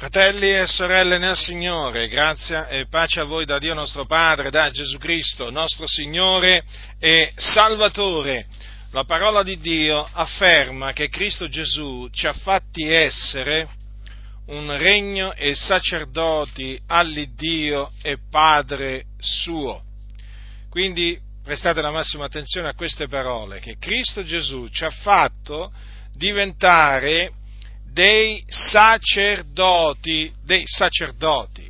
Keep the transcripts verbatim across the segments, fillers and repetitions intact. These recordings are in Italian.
Fratelli e sorelle nel Signore, grazia e pace a voi da Dio nostro Padre, da Gesù Cristo, nostro Signore e Salvatore. La parola di Dio afferma che Cristo Gesù ci ha fatti essere un regno e sacerdoti all'Iddio e Padre suo. Quindi prestate la massima attenzione a queste parole, che Cristo Gesù ci ha fatto diventare dei sacerdoti, dei sacerdoti.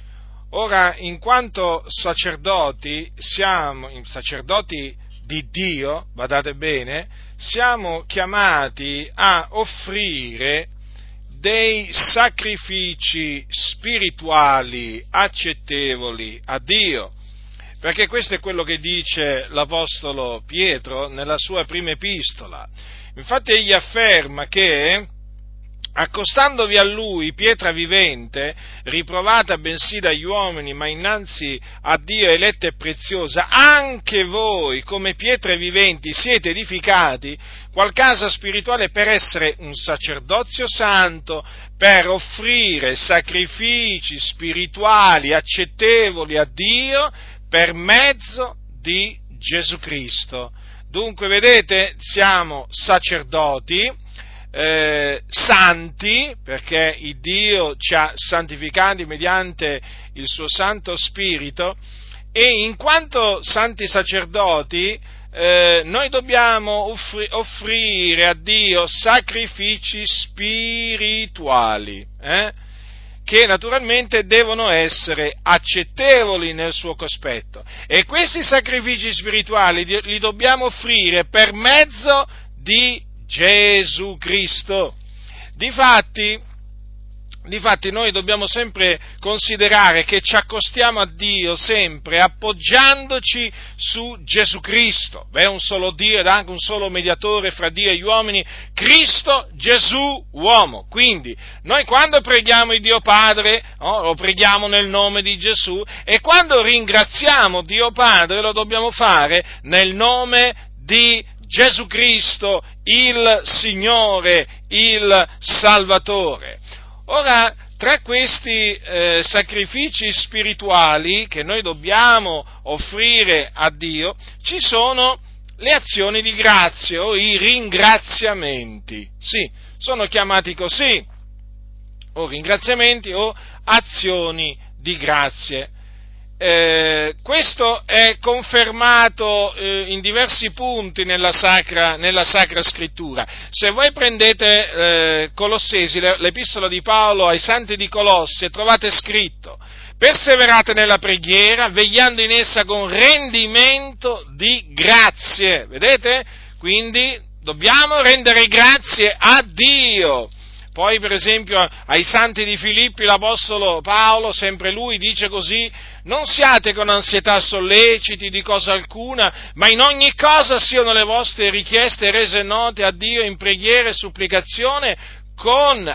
Ora, in quanto sacerdoti, siamo, sacerdoti di Dio, badate bene, siamo chiamati a offrire dei sacrifici spirituali accettevoli a Dio, perché questo è quello che dice l'Apostolo Pietro nella sua prima epistola. Infatti egli afferma che accostandovi a lui, pietra vivente, riprovata bensì dagli uomini, ma innanzi a Dio eletta e preziosa, anche voi, come pietre viventi, siete edificati, qual casa spirituale per essere un sacerdozio santo, per offrire sacrifici spirituali accettevoli a Dio, per mezzo di Gesù Cristo. Dunque, vedete, siamo sacerdoti, Eh, santi, perché il Dio ci ha santificati mediante il suo Santo Spirito, e in quanto santi sacerdoti eh, noi dobbiamo offri- offrire a Dio sacrifici spirituali, eh, che naturalmente devono essere accettevoli nel suo cospetto, e questi sacrifici spirituali li dobbiamo offrire per mezzo di Gesù Cristo. Difatti, difatti noi dobbiamo sempre considerare che ci accostiamo a Dio sempre appoggiandoci su Gesù Cristo. V'è un solo Dio ed anche un solo mediatore fra Dio e gli uomini, Cristo Gesù uomo. Quindi noi quando preghiamo il Dio Padre, oh, lo preghiamo nel nome di Gesù, e quando ringraziamo Dio Padre lo dobbiamo fare nel nome di Gesù Cristo, il Signore, il Salvatore. Ora, tra questi eh, sacrifici spirituali che noi dobbiamo offrire a Dio, ci sono le azioni di grazia o i ringraziamenti. Sì, sono chiamati così, o ringraziamenti o azioni di grazie. Eh, questo è confermato eh, in diversi punti nella Sacra, nella Sacra Scrittura. Se voi prendete eh, Colossesi, l'epistola di Paolo ai santi di Colosse, trovate scritto: perseverate nella preghiera, vegliando in essa con rendimento di grazie. Vedete? Quindi dobbiamo rendere grazie a Dio. Poi, per esempio, ai santi di Filippi, l'Apostolo Paolo, sempre lui, dice così: non siate con ansietà solleciti di cosa alcuna, ma in ogni cosa siano le vostre richieste rese note a Dio in preghiera e supplicazione con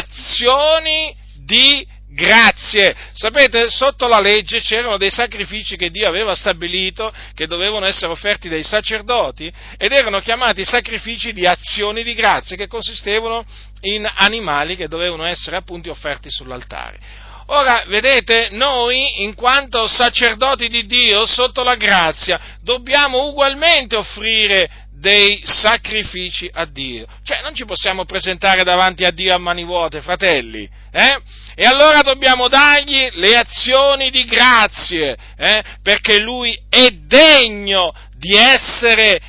azioni di grazie. Sapete, sotto la legge c'erano dei sacrifici che Dio aveva stabilito, che dovevano essere offerti dai sacerdoti, ed erano chiamati sacrifici di azioni di grazie, che consistevano in animali che dovevano essere appunto offerti sull'altare. Ora, vedete, noi, in quanto sacerdoti di Dio, sotto la grazia, dobbiamo ugualmente offrire dei sacrifici a Dio. Cioè, non ci possiamo presentare davanti a Dio a mani vuote, fratelli, eh? E allora dobbiamo dargli le azioni di grazie, eh? Perché Lui è degno di essere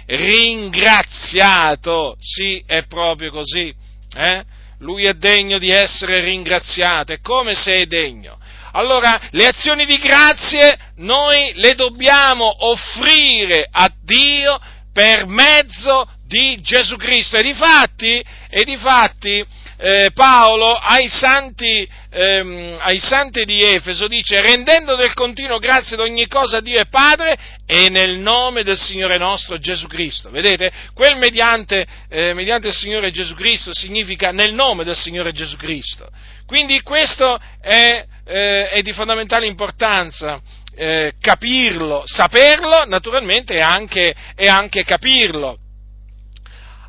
ringraziato. Sì, è proprio così, eh? Lui è degno di essere ringraziato, e come se è degno. Allora, le azioni di grazie noi le dobbiamo offrire a Dio per mezzo di Gesù Cristo. E difatti, e difatti eh, Paolo ai santi, ehm, ai santi di Efeso dice: rendendo del continuo grazie ad ogni cosa a Dio e Padre, e nel nome del Signore nostro Gesù Cristo. Vedete? Quel mediante, eh, mediante il Signore Gesù Cristo significa nel nome del Signore Gesù Cristo. Quindi questo è, eh, è di fondamentale importanza. Eh, capirlo, saperlo naturalmente, e anche, e anche capirlo.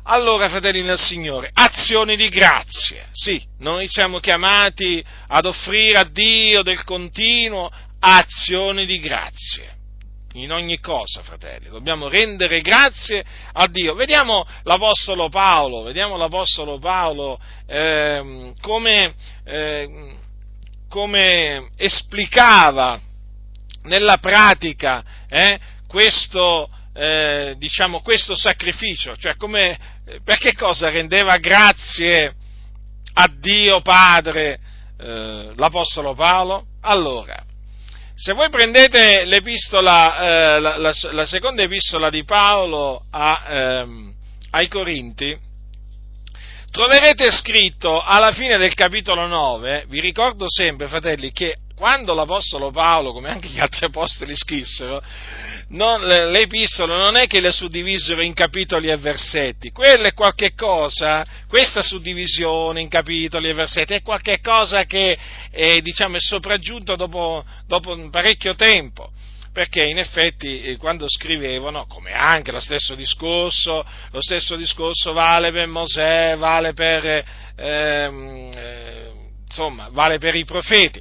Allora, fratelli nel Signore, azioni di grazie. Sì, noi siamo chiamati ad offrire a Dio del continuo azioni di grazie. In ogni cosa, fratelli, dobbiamo rendere grazie a Dio. Vediamo l'Apostolo Paolo, vediamo l'Apostolo Paolo eh, come, eh, come esplicava nella pratica eh, questo Eh, diciamo questo sacrificio, cioè come, per che cosa rendeva grazie a Dio Padre eh, l'Apostolo Paolo? Allora, se voi prendete l'epistola, eh, la, la, la seconda epistola di Paolo a, ehm, ai Corinti, troverete scritto alla fine del capitolo nove, vi ricordo sempre, fratelli, che quando l'Apostolo Paolo, come anche gli altri apostoli scrissero, non, le, le epistole non è che le suddivisero in capitoli e versetti, quello è qualche cosa, questa suddivisione in capitoli e versetti è qualche cosa che è, diciamo, è sopraggiunto dopo, dopo parecchio tempo, perché in effetti eh, quando scrivevano, come anche lo stesso discorso, lo stesso discorso vale per Mosè, vale per, ehm, eh, insomma, vale per i profeti.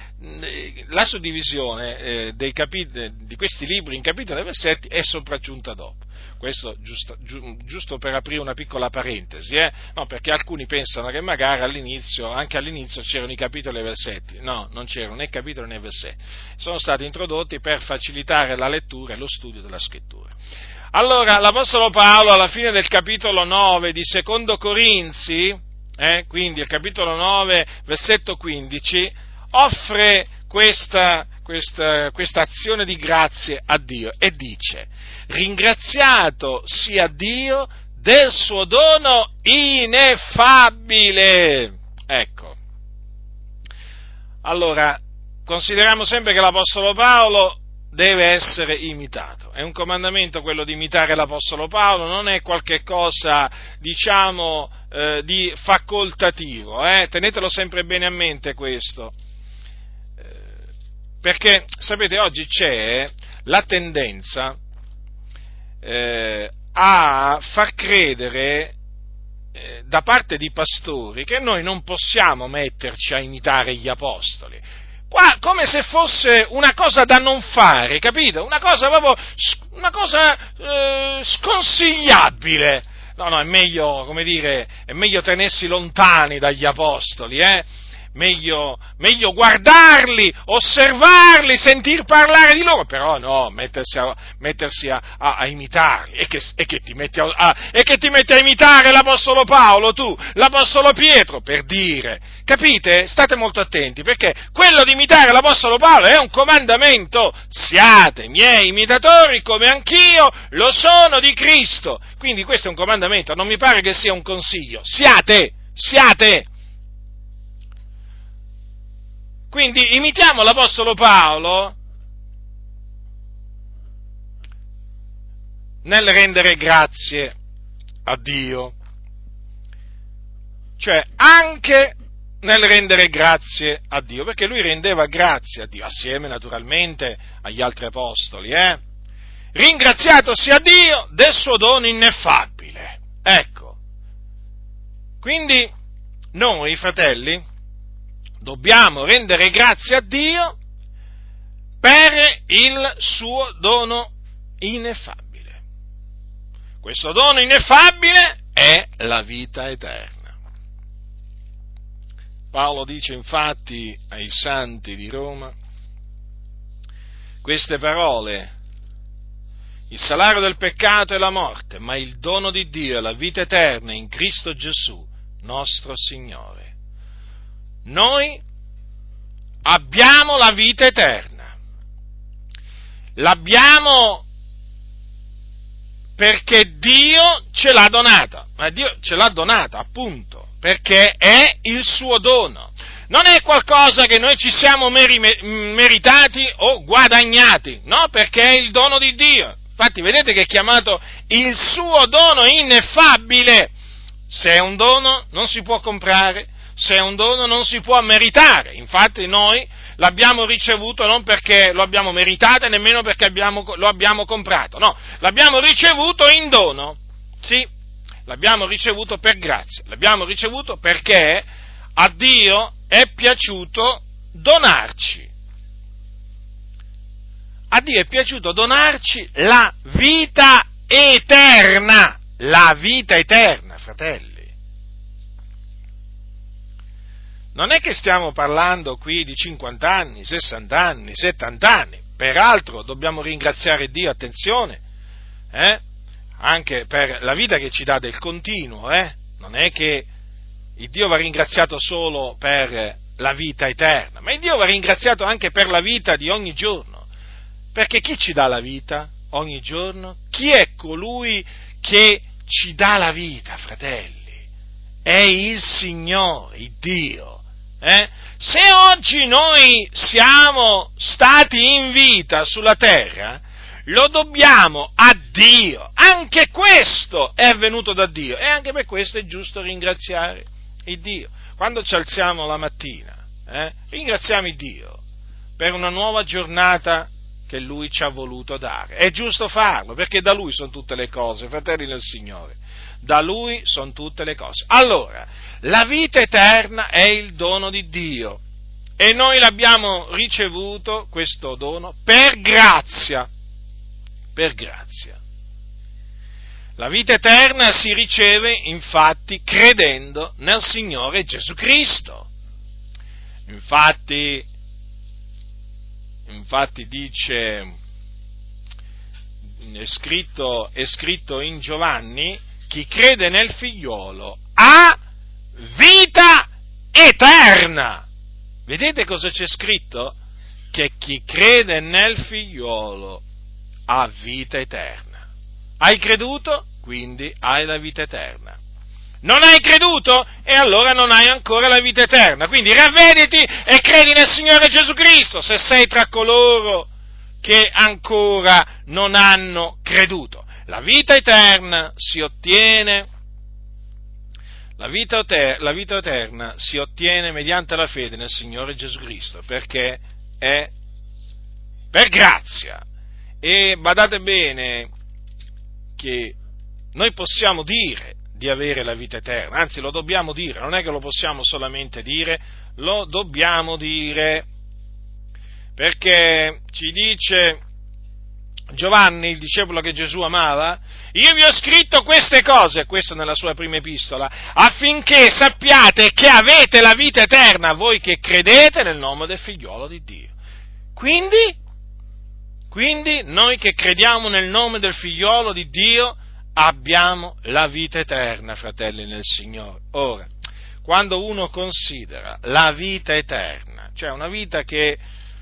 La suddivisione eh, dei capit- di questi libri in capitoli e versetti è sopraggiunta dopo. Questo giusto, giu- giusto per aprire una piccola parentesi, eh? No, perché alcuni pensano che magari all'inizio, anche all'inizio c'erano i capitoli e i versetti. No, non c'erano né capitoli né versetti. Sono stati introdotti per facilitare la lettura e lo studio della scrittura. Allora, l'Apostolo Paolo alla fine del capitolo nove di Secondo Corinzi, eh, quindi il capitolo nove, versetto quindici, offre questa, questa, questa azione di grazie a Dio e dice: ringraziato sia Dio del suo dono ineffabile. Ecco. Allora, consideriamo sempre che l'Apostolo Paolo deve essere imitato. È un comandamento quello di imitare l'Apostolo Paolo, non è qualche cosa, diciamo, eh, di facoltativo, eh? Tenetelo sempre bene a mente questo. Perché, sapete, oggi c'è la tendenza eh, a far credere eh, da parte di pastori che noi non possiamo metterci a imitare gli apostoli, qua, come se fosse una cosa da non fare, capito? Una cosa proprio, una cosa eh, sconsigliabile. No, no, è meglio, come dire, è meglio tenersi lontani dagli apostoli, eh? Meglio, meglio guardarli, osservarli, sentir parlare di loro, però no, mettersi a, mettersi a, a, a imitarli, e che, e, che ti metti a, a, e che ti metti a imitare l'Apostolo Paolo, tu, l'Apostolo Pietro, per dire, capite? State molto attenti, perché quello di imitare l'Apostolo Paolo è un comandamento: siate miei imitatori come anch'io lo sono di Cristo. Quindi questo è un comandamento, non mi pare che sia un consiglio, siate, siate. Quindi imitiamo l'Apostolo Paolo nel rendere grazie a Dio, cioè anche nel rendere grazie a Dio, perché lui rendeva grazie a Dio, assieme naturalmente agli altri apostoli, eh? Ringraziato sia Dio del suo dono ineffabile. Ecco, quindi noi, fratelli, dobbiamo rendere grazie a Dio per il suo dono ineffabile. Questo dono ineffabile è la vita eterna. Paolo dice infatti ai santi di Roma queste parole: il salario del peccato è la morte, ma il dono di Dio è la vita eterna in Cristo Gesù, nostro Signore. Noi abbiamo la vita eterna, l'abbiamo perché Dio ce l'ha donata, ma Dio ce l'ha donata appunto perché è il suo dono, non è qualcosa che noi ci siamo meri, meritati o guadagnati, no, perché è il dono di Dio. Infatti vedete che è chiamato il suo dono ineffabile. Se è un dono non si può comprare, se è un dono non si può meritare. Infatti noi l'abbiamo ricevuto non perché lo abbiamo meritato e nemmeno perché abbiamo, lo abbiamo comprato, no, l'abbiamo ricevuto in dono, sì, L'abbiamo ricevuto per grazia, l'abbiamo ricevuto perché a Dio è piaciuto donarci. A Dio è piaciuto donarci la vita eterna, la vita eterna, fratelli. Non è che stiamo parlando qui di cinquanta anni, sessanta anni, settanta anni, peraltro dobbiamo ringraziare Dio, attenzione, eh, anche per la vita che ci dà del continuo, eh? Non è che il Dio va ringraziato solo per la vita eterna, ma il Dio va ringraziato anche per la vita di ogni giorno, perché chi ci dà la vita ogni giorno? Chi è colui che ci dà la vita, fratelli? È il Signore, il Dio. Eh? Se oggi noi siamo stati in vita sulla terra, lo dobbiamo a Dio. Anche questo è venuto da Dio e anche per questo è giusto ringraziare il Dio. Quando ci alziamo la mattina, eh, ringraziamo il Dio per una nuova giornata che Lui ci ha voluto dare. È giusto farlo, perché da Lui sono tutte le cose, fratelli del Signore. Da Lui sono tutte le cose. Allora, la vita eterna è il dono di Dio e noi l'abbiamo ricevuto, questo dono, per grazia. Per grazia. La vita eterna si riceve infatti credendo nel Signore Gesù Cristo. Infatti, infatti dice, è scritto, è scritto in Giovanni, chi crede nel figliolo ha vita eterna. Vedete cosa c'è scritto? Che chi crede nel figliolo ha vita eterna. Hai creduto? Quindi hai la vita eterna. Non hai creduto? E allora non hai ancora la vita eterna. Quindi ravvediti e credi nel Signore Gesù Cristo, se sei tra coloro che ancora non hanno creduto. La vita eterna si ottiene, la vita, la vita eterna si ottiene mediante la fede nel Signore Gesù Cristo, perché è per grazia. E badate bene che noi possiamo dire di avere la vita eterna, anzi lo dobbiamo dire, non è che lo possiamo solamente dire, lo dobbiamo dire, perché ci dice Giovanni, il discepolo che Gesù amava, io vi ho scritto queste cose, questo nella sua prima epistola, affinché sappiate che avete la vita eterna, voi che credete nel nome del figliolo di Dio. Quindi, quindi noi che crediamo nel nome del figliolo di Dio abbiamo la vita eterna, fratelli nel Signore. Ora, quando uno considera la vita eterna, cioè una vita che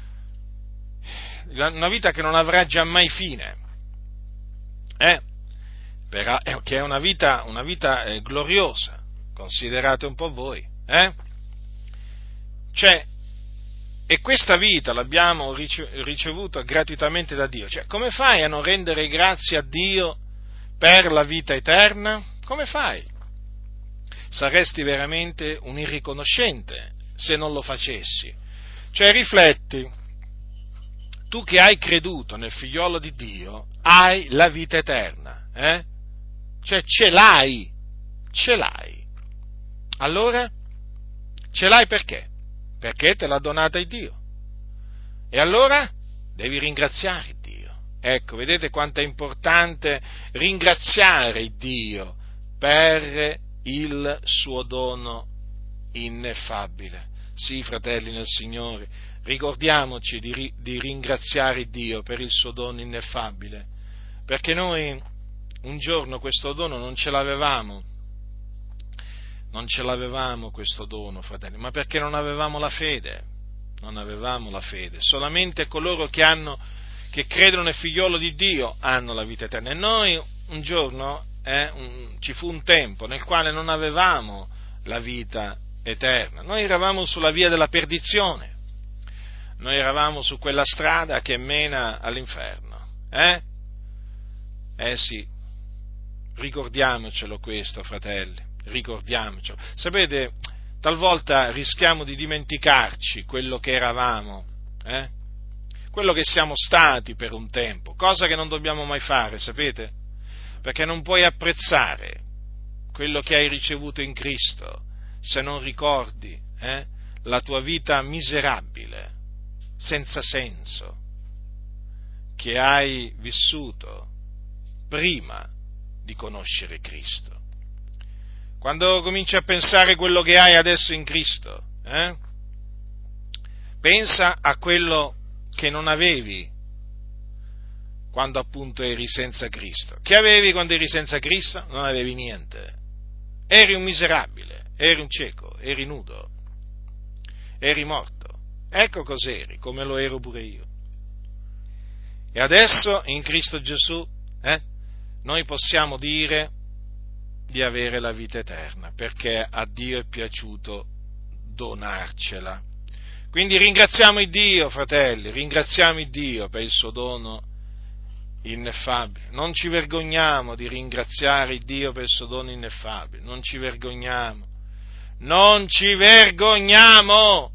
una vita che non avrà già mai fine, eh? Per, eh, che è una vita, una vita eh, gloriosa, considerate un po' voi, eh? Cioè, e questa vita l'abbiamo ricevuta gratuitamente da Dio, cioè, come fai a non rendere grazie a Dio per la vita eterna? Come fai? Saresti veramente un irriconoscente se non lo facessi. Cioè, rifletti. Tu che hai creduto nel figliolo di Dio, hai la vita eterna, eh? Cioè ce l'hai, ce l'hai. Allora, ce l'hai perché? Perché te l'ha donata il Dio. E allora devi ringraziare Dio. Ecco, vedete quanto è importante ringraziare il Dio per il suo dono ineffabile. Sì, fratelli nel Signore, ricordiamoci di, di ringraziare Dio per il suo dono ineffabile, perché noi un giorno questo dono non ce l'avevamo, non ce l'avevamo questo dono, fratelli, ma perché non avevamo la fede, non avevamo la fede. Solamente coloro che hanno, che credono nel figliolo di Dio hanno la vita eterna. E noi un giorno eh, un, ci fu un tempo nel quale non avevamo la vita eterna, noi eravamo sulla via della perdizione. Noi eravamo su quella strada che mena all'inferno, eh? Eh sì, ricordiamocelo questo, fratelli, ricordiamocelo. Sapete, talvolta rischiamo di dimenticarci quello che eravamo, eh? Quello che siamo stati per un tempo, cosa che non dobbiamo mai fare, sapete? Perché non puoi apprezzare, quello che hai ricevuto in Cristo, se non ricordi eh, la tua vita miserabile, senza senso, che hai vissuto prima di conoscere Cristo. Quando cominci a pensare quello che hai adesso in Cristo, eh, pensa a quello che non avevi quando appunto eri senza Cristo. Che avevi quando eri senza Cristo? Non avevi niente. Eri un miserabile, eri un cieco, eri nudo, eri morto. Ecco cos'eri, come lo ero pure io. E adesso in Cristo Gesù eh, noi possiamo dire di avere la vita eterna, perché a Dio è piaciuto donarcela. Quindi ringraziamo il Dio, fratelli, ringraziamo il Dio per il suo dono ineffabile. Non ci vergogniamo di ringraziare il Dio per il suo dono ineffabile, non ci vergogniamo, non ci vergogniamo.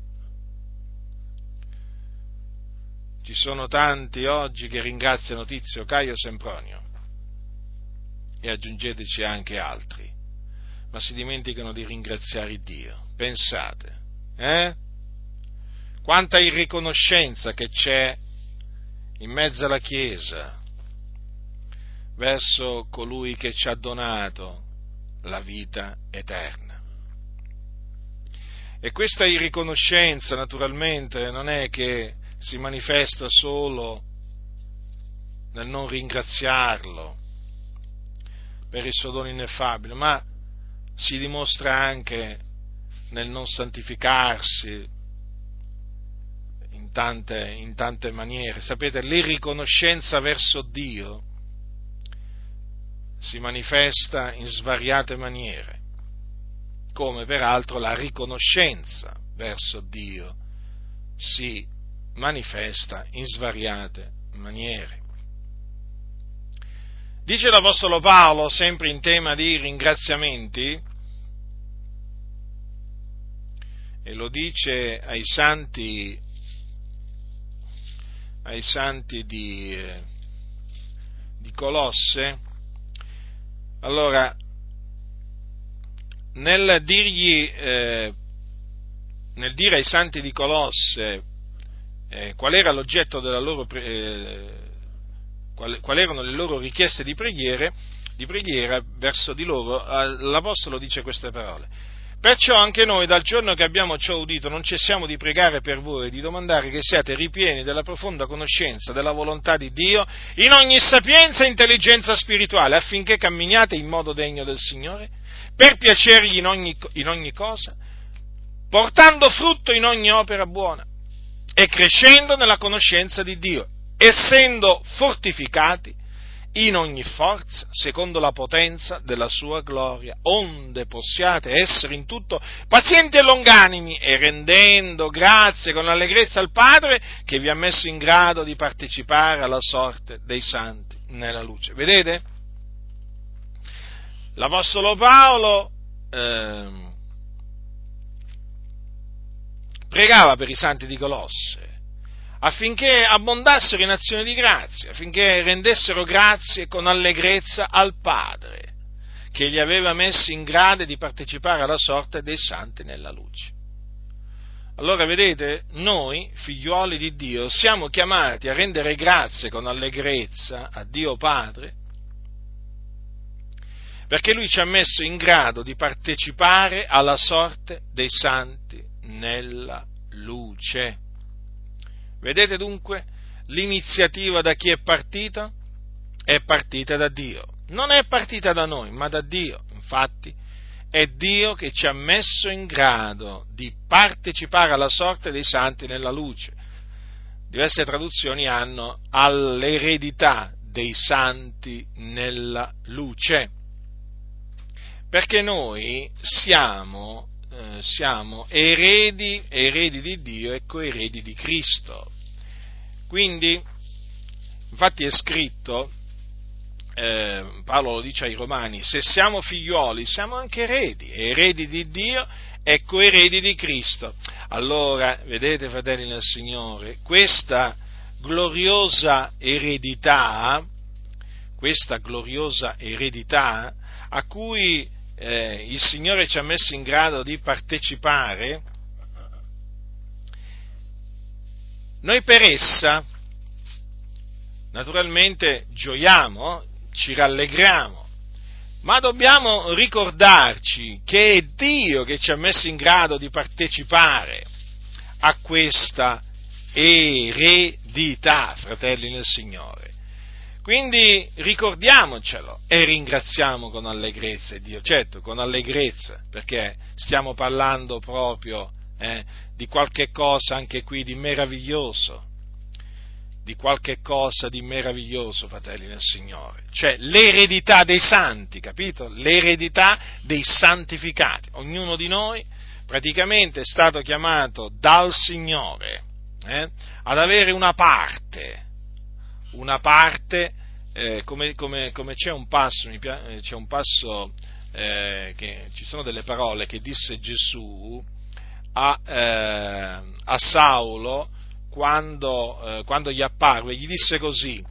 Ci sono tanti oggi che ringraziano Tizio, Caio, Sempronio, e aggiungeteci anche altri, ma si dimenticano di ringraziare Dio. Pensate, eh? Quanta irriconoscenza che c'è in mezzo alla Chiesa verso colui che ci ha donato la vita eterna. E questa irriconoscenza, naturalmente, non è che si manifesta solo nel non ringraziarlo per il suo dono ineffabile, ma si dimostra anche nel non santificarsi in tante, in tante maniere. Sapete, l'irriconoscenza verso Dio si manifesta in svariate maniere, come peraltro la riconoscenza verso Dio si manifesta in svariate maniere. Dice l'Apostolo Paolo, sempre in tema di ringraziamenti, e lo dice ai santi, ai santi di, eh, di Colosse. Allora, nel dirgli, eh, nel dire ai santi di Colosse eh, qual era l'oggetto della loro eh, quali erano le loro richieste di preghiere, di preghiera verso di loro, l'Apostolo dice queste parole: perciò anche noi, dal giorno che abbiamo ciò udito, non cessiamo di pregare per voi e di domandare che siate ripieni della profonda conoscenza della volontà di Dio in ogni sapienza e intelligenza spirituale, affinché camminiate in modo degno del Signore, per piacergli in ogni, in ogni cosa, portando frutto in ogni opera buona e crescendo nella conoscenza di Dio, essendo fortificati in ogni forza, secondo la potenza della sua gloria, onde possiate essere in tutto pazienti e longanimi, e rendendo grazie con allegrezza al Padre, che vi ha messo in grado di partecipare alla sorte dei santi nella luce. Vedete? L'Apostolo Paolo eh, pregava per i santi di Colosse, affinché abbondassero in azioni di grazia, affinché rendessero grazie con allegrezza al Padre, che gli aveva messi in grado di partecipare alla sorte dei santi nella luce. Allora, vedete, noi, figliuoli di Dio, siamo chiamati a rendere grazie con allegrezza a Dio Padre, perché Lui ci ha messo in grado di partecipare alla sorte dei santi nella luce. Vedete dunque, l'iniziativa da chi è partita? È partita da Dio. Non è partita da noi, ma da Dio. Infatti, è Dio che ci ha messo in grado di partecipare alla sorte dei santi nella luce. Diverse traduzioni hanno all'eredità dei santi nella luce. Perché noi siamo Eh, siamo eredi, eredi di Dio e coeredi di Cristo. Quindi, infatti è scritto, eh, Paolo lo dice ai Romani, se siamo figlioli siamo anche eredi, eredi di Dio e coeredi di Cristo. Allora, vedete, fratelli nel Signore, questa gloriosa eredità, questa gloriosa eredità a cui eh, il Signore ci ha messo in grado di partecipare, noi per essa naturalmente gioiamo, ci rallegriamo, ma dobbiamo ricordarci che è Dio che ci ha messo in grado di partecipare a questa eredità, fratelli nel Signore. Quindi ricordiamocelo e ringraziamo con allegrezza Dio, certo, con allegrezza, perché stiamo parlando proprio eh, di qualche cosa anche qui di meraviglioso, di qualche cosa di meraviglioso, fratelli nel Signore, cioè l'eredità dei santi, capito? L'eredità dei santificati. Ognuno di noi praticamente è stato chiamato dal Signore eh, ad avere una parte, una parte, eh, come, come, come c'è un passo, mi piace, c'è un passo, eh, che ci sono delle parole che disse Gesù a, eh, a Saulo quando, eh, quando gli apparve, gli disse così,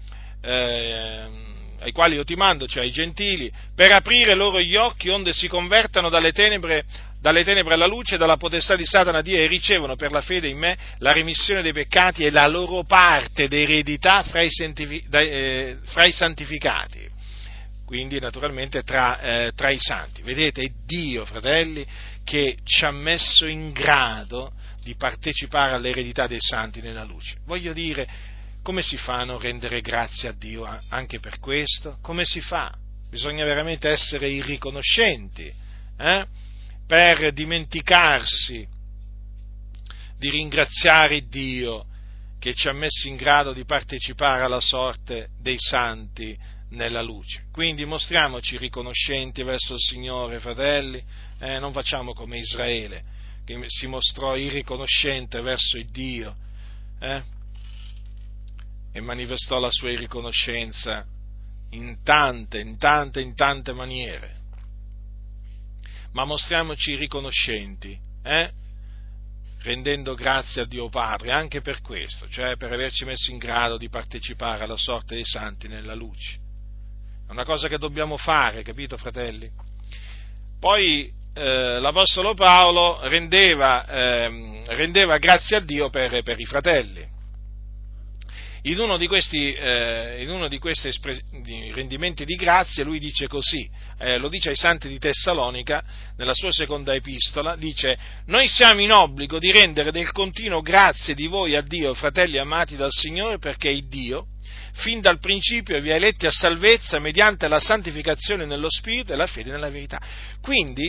eh, ai quali io ti mando, cioè ai gentili, per aprire loro gli occhi onde si convertano dalle tenebre dalle tenebre alla luce, dalla potestà di Satana a Dio, e ricevono per la fede in me la remissione dei peccati e la loro parte d'eredità fra i, santifi- eh, fra i santificati, quindi naturalmente tra, eh, tra i santi. Vedete, è Dio, fratelli, che ci ha messo in grado di partecipare all'eredità dei santi nella luce. Voglio dire, come si fa a non rendere grazie a Dio anche per questo? Come si fa? Bisogna veramente essere irriconoscenti, eh? per dimenticarsi di ringraziare Dio che ci ha messo in grado di partecipare alla sorte dei santi nella luce. Quindi mostriamoci riconoscenti verso il Signore, fratelli, eh, non facciamo come Israele, che si mostrò irriconoscente verso il Dio eh, e manifestò la sua irriconoscenza in tante, in tante, in tante maniere. Ma mostriamoci riconoscenti, eh? rendendo grazie a Dio Padre, anche per questo, cioè per averci messo in grado di partecipare alla sorte dei santi nella luce. È una cosa che dobbiamo fare, capito, fratelli? Poi eh, l'Apostolo Paolo rendeva, eh, rendeva grazie a Dio per, per i fratelli. In uno di questi, eh, in uno di questi espres- di rendimenti di grazia lui dice così, eh, lo dice ai santi di Tessalonica, nella sua seconda epistola, dice: noi siamo in obbligo di rendere del continuo grazie di voi a Dio, fratelli amati dal Signore, perché il Dio, fin dal principio, vi ha eletti a salvezza mediante la santificazione nello Spirito e la fede nella verità. Quindi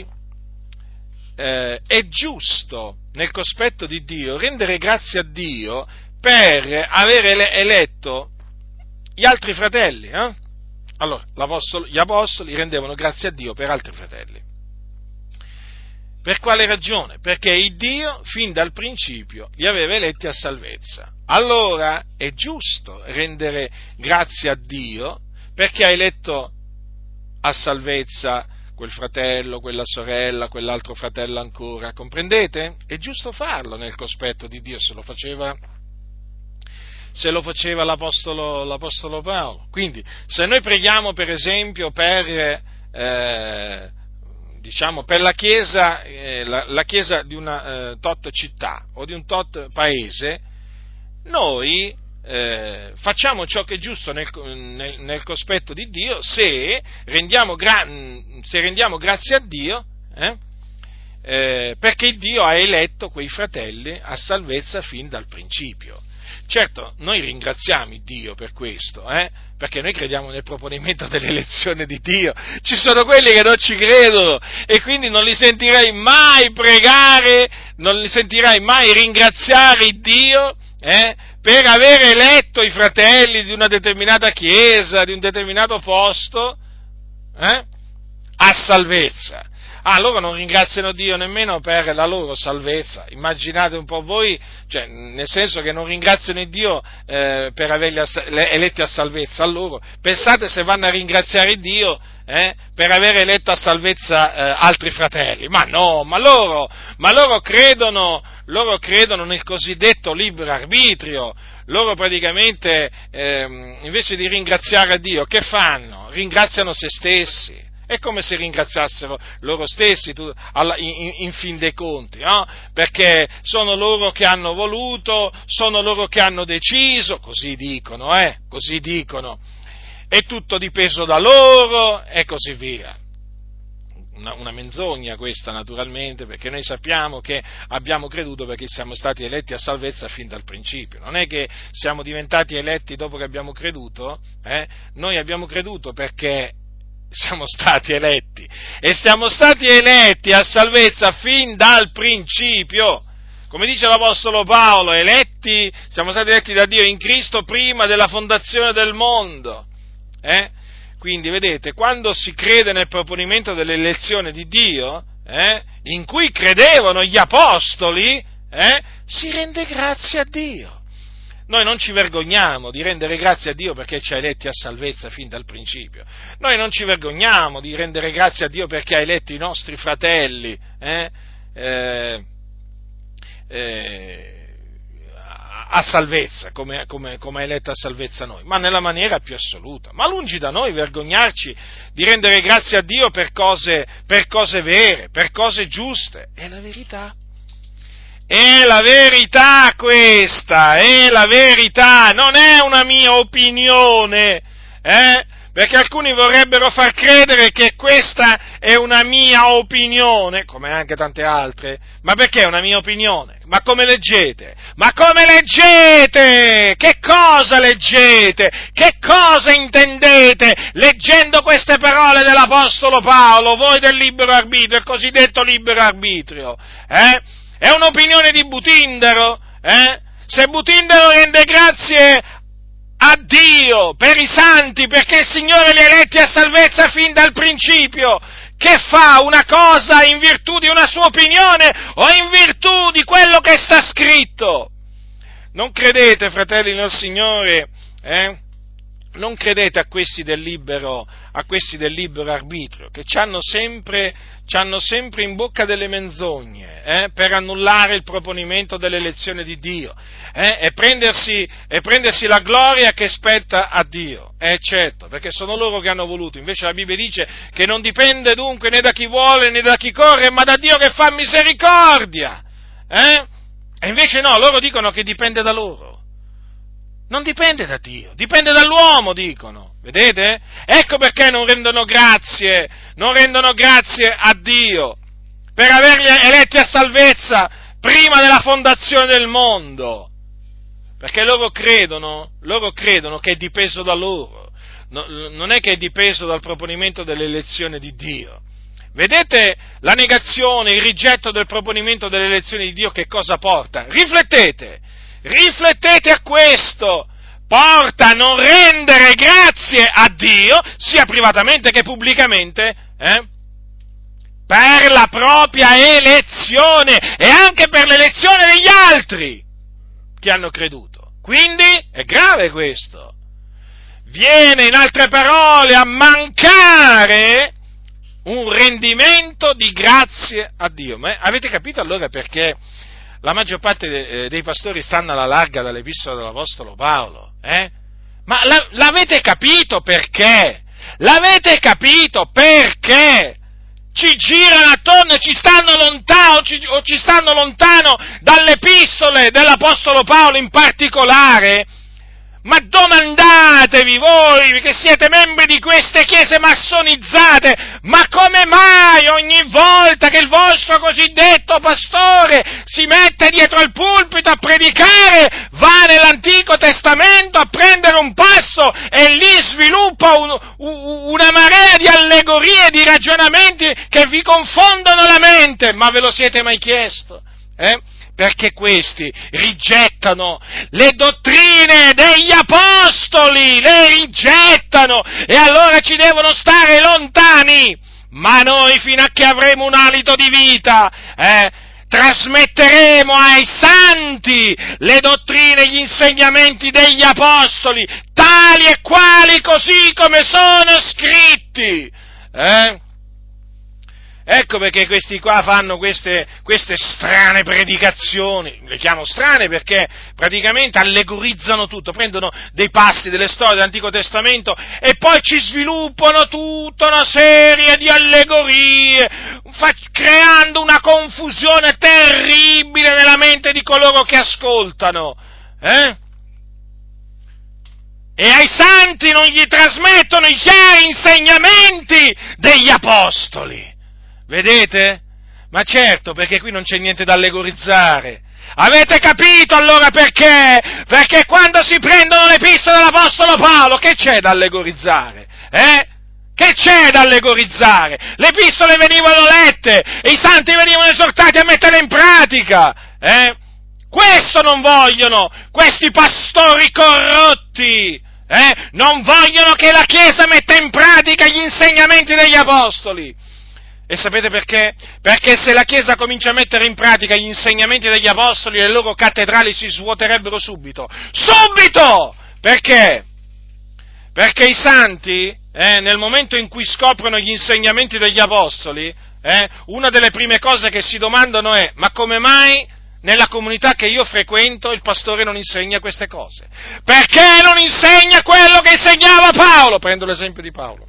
eh, è giusto, nel cospetto di Dio, rendere grazie a Dio per avere eletto gli altri fratelli. Eh? Allora, gli apostoli rendevano grazie a Dio per altri fratelli. Per quale ragione? Perché il Dio, fin dal principio, li aveva eletti a salvezza. Allora è giusto rendere grazie a Dio perché ha eletto a salvezza quel fratello, quella sorella, quell'altro fratello ancora. Comprendete? È giusto farlo nel cospetto di Dio, se lo faceva se lo faceva l'Apostolo, l'Apostolo Paolo. Quindi, se noi preghiamo, per esempio, per, eh, diciamo, per la Chiesa, eh, la, la Chiesa di una eh, tot città o di un tot paese, noi eh, facciamo ciò che è giusto nel, nel, nel cospetto di Dio se rendiamo, gra- se rendiamo grazie a Dio, eh, eh, perché Dio ha eletto quei fratelli a salvezza fin dal principio. Certo, noi ringraziamo Dio per questo, eh? perché noi crediamo nel proponimento dell'elezione di Dio. Ci sono quelli che non ci credono e quindi non li sentirei mai pregare, non li sentirei mai ringraziare Dio eh? per aver eletto i fratelli di una determinata chiesa, di un determinato posto, eh? a salvezza. Ah, loro non ringraziano Dio nemmeno per la loro salvezza. Immaginate un po' voi, cioè, nel senso che non ringraziano Dio eh, per averli ass- eletti a salvezza a loro. Pensate se vanno a ringraziare Dio eh, per aver eletto a salvezza eh, altri fratelli. Ma no, ma loro, ma loro credono, loro credono nel cosiddetto libero arbitrio. Loro praticamente, eh, invece di ringraziare Dio, che fanno? Ringraziano se stessi. È come se ringraziassero loro stessi tu, alla, in, in fin dei conti, no? Perché sono loro che hanno voluto, sono loro che hanno deciso, così dicono, eh, così dicono, è tutto dipeso da loro e così via. Una, una menzogna questa, naturalmente, perché noi sappiamo che abbiamo creduto perché siamo stati eletti a salvezza fin dal principio. Non è che siamo diventati eletti dopo che abbiamo creduto, eh? Noi abbiamo creduto perché siamo stati eletti e siamo stati eletti a salvezza fin dal principio. Come dice l'Apostolo Paolo, eletti, siamo stati eletti da Dio in Cristo prima della fondazione del mondo. Eh? Quindi, vedete, quando si crede nel proponimento dell'elezione di Dio, eh, in cui credevano gli apostoli, eh, si rende grazie a Dio. Noi non ci vergogniamo di rendere grazie a Dio perché ci ha eletti a salvezza fin dal principio. Noi non ci vergogniamo di rendere grazie a Dio perché ha eletto i nostri fratelli, eh, eh, eh, a salvezza, come, come, come ha eletto a salvezza noi, ma nella maniera più assoluta. Ma lungi da noi vergognarci di rendere grazie a Dio per cose, per cose vere, per cose giuste. È la verità. È la verità questa, è la verità, non è una mia opinione, eh? Perché alcuni vorrebbero far credere che questa è una mia opinione, come anche tante altre, ma perché è una mia opinione? Ma come leggete? Ma come leggete? Che cosa leggete? Che cosa intendete leggendo queste parole dell'Apostolo Paolo, voi del libero arbitrio, il cosiddetto libero arbitrio? Eh? È un'opinione di Butindaro? Eh? Se Butindaro rende grazie a Dio per i santi, perché il Signore li ha eletti a salvezza fin dal principio, che fa una cosa in virtù di una sua opinione o in virtù di quello che sta scritto? Non credete, fratelli nel Signore, eh? Non credete a questi del libero, a questi del libero arbitrio, che c'hanno sempre, c'hanno sempre in bocca delle menzogne, eh, per annullare il proponimento dell'elezione di Dio, eh, e prendersi, e prendersi la gloria che spetta a Dio, eh, certo, perché sono loro che hanno voluto. Invece la Bibbia dice che non dipende dunque né da chi vuole né da chi corre, ma da Dio che fa misericordia, eh? E invece no, loro dicono che dipende da loro. Non dipende da Dio, dipende dall'uomo, dicono, vedete? Ecco perché non rendono grazie, non rendono grazie a Dio per averli eletti a salvezza prima della fondazione del mondo, perché loro credono, loro credono che è dipeso da loro, no, non è che è dipeso dal proponimento dell'elezione di Dio. Vedete la negazione, il rigetto del proponimento dell'elezione di Dio che cosa porta? Riflettete! Riflettete a questo, porta a non rendere grazie a Dio, sia privatamente che pubblicamente, eh, per la propria elezione e anche per l'elezione degli altri che hanno creduto. Quindi è grave questo. Viene, in altre parole, a mancare un rendimento di grazie a Dio. Ma avete capito allora perché la maggior parte de, eh, dei pastori stanno alla larga dall'epistola dell'Apostolo Paolo, eh? Ma la, l'avete capito perché? L'avete capito perché? Ci girano attorno e ci stanno lontano, o ci, o ci stanno lontano dalle epistole dell'Apostolo Paolo in particolare? Ma domandatevi voi che siete membri di queste chiese massonizzate, ma come mai ogni volta che il vostro cosiddetto pastore si mette dietro al pulpito a predicare, va nell'Antico Testamento a prendere un passo e lì sviluppa un, una marea di allegorie, di ragionamenti che vi confondono la mente? Ma ve lo siete mai chiesto? Eh? Perché questi rigettano le dottrine degli apostoli, le rigettano e allora ci devono stare lontani. Ma noi, fino a che avremo un alito di vita, eh, trasmetteremo ai santi le dottrine e gli insegnamenti degli apostoli, tali e quali così come sono scritti. Eh? Ecco perché questi qua fanno queste, queste strane predicazioni, le chiamo strane perché praticamente allegorizzano tutto, prendono dei passi delle storie dell'Antico Testamento e poi ci sviluppano tutta una serie di allegorie, fa, creando una confusione terribile nella mente di coloro che ascoltano, eh? E ai santi non gli trasmettono i chiari insegnamenti degli apostoli. Vedete? Ma certo, perché qui non c'è niente da allegorizzare. Avete capito allora perché? Perché quando si prendono le epistole dell'Apostolo Paolo, che c'è da allegorizzare? Eh? Che c'è da allegorizzare? Le epistole venivano lette e i santi venivano esortati a metterle in pratica. Eh? Questo non vogliono questi pastori corrotti. Eh? Non vogliono che la Chiesa metta in pratica gli insegnamenti degli Apostoli. E sapete perché? Perché se la Chiesa comincia a mettere in pratica gli insegnamenti degli Apostoli, le loro cattedrali si svuoterebbero subito. Subito! Perché? Perché i santi, eh, nel momento in cui scoprono gli insegnamenti degli Apostoli, eh, una delle prime cose che si domandano è: ma come mai nella comunità che io frequento il pastore non insegna queste cose? Perché non insegna quello che insegnava Paolo? Prendo l'esempio di Paolo.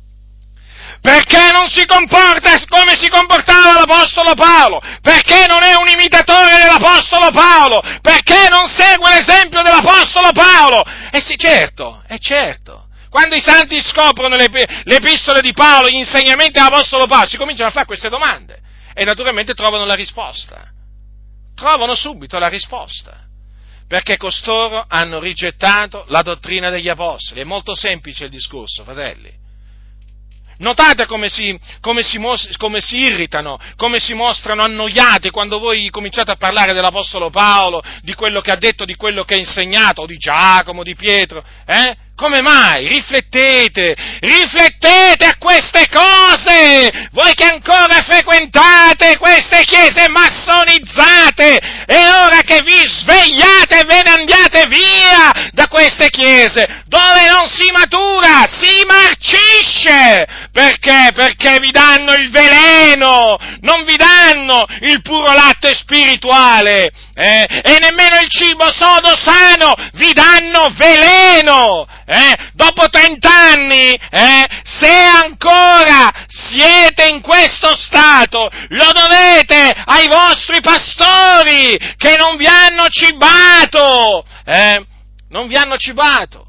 Perché non si comporta come si comportava l'Apostolo Paolo? Perché non è un imitatore dell'Apostolo Paolo? Perché non segue l'esempio dell'Apostolo Paolo? Eh sì, certo, è certo. Quando i santi scoprono le, le epistole di Paolo, gli insegnamenti dell'Apostolo Paolo, si cominciano a fare queste domande e naturalmente trovano la risposta. Trovano subito la risposta. Perché costoro hanno rigettato la dottrina degli Apostoli. È molto semplice il discorso, fratelli. Notate come si, come, si mos- come si irritano, come si mostrano annoiati quando voi cominciate a parlare dell'Apostolo Paolo, di quello che ha detto, di quello che ha insegnato, o di Giacomo, di Pietro, eh? Come mai? Riflettete, riflettete a queste cose, voi che ancora frequentate queste chiese massonizzate, è ora che vi svegliate e ve ne andiate via da queste chiese, dove non si matura, si marcisce. Perché? Perché vi danno il veleno, non vi danno il puro latte spirituale, eh? E nemmeno il cibo sodo sano, vi danno veleno, eh? Dopo trent'anni, eh? Se ancora siete in questo stato, lo dovete ai vostri pastori che non vi hanno cibato, eh? Non vi hanno cibato,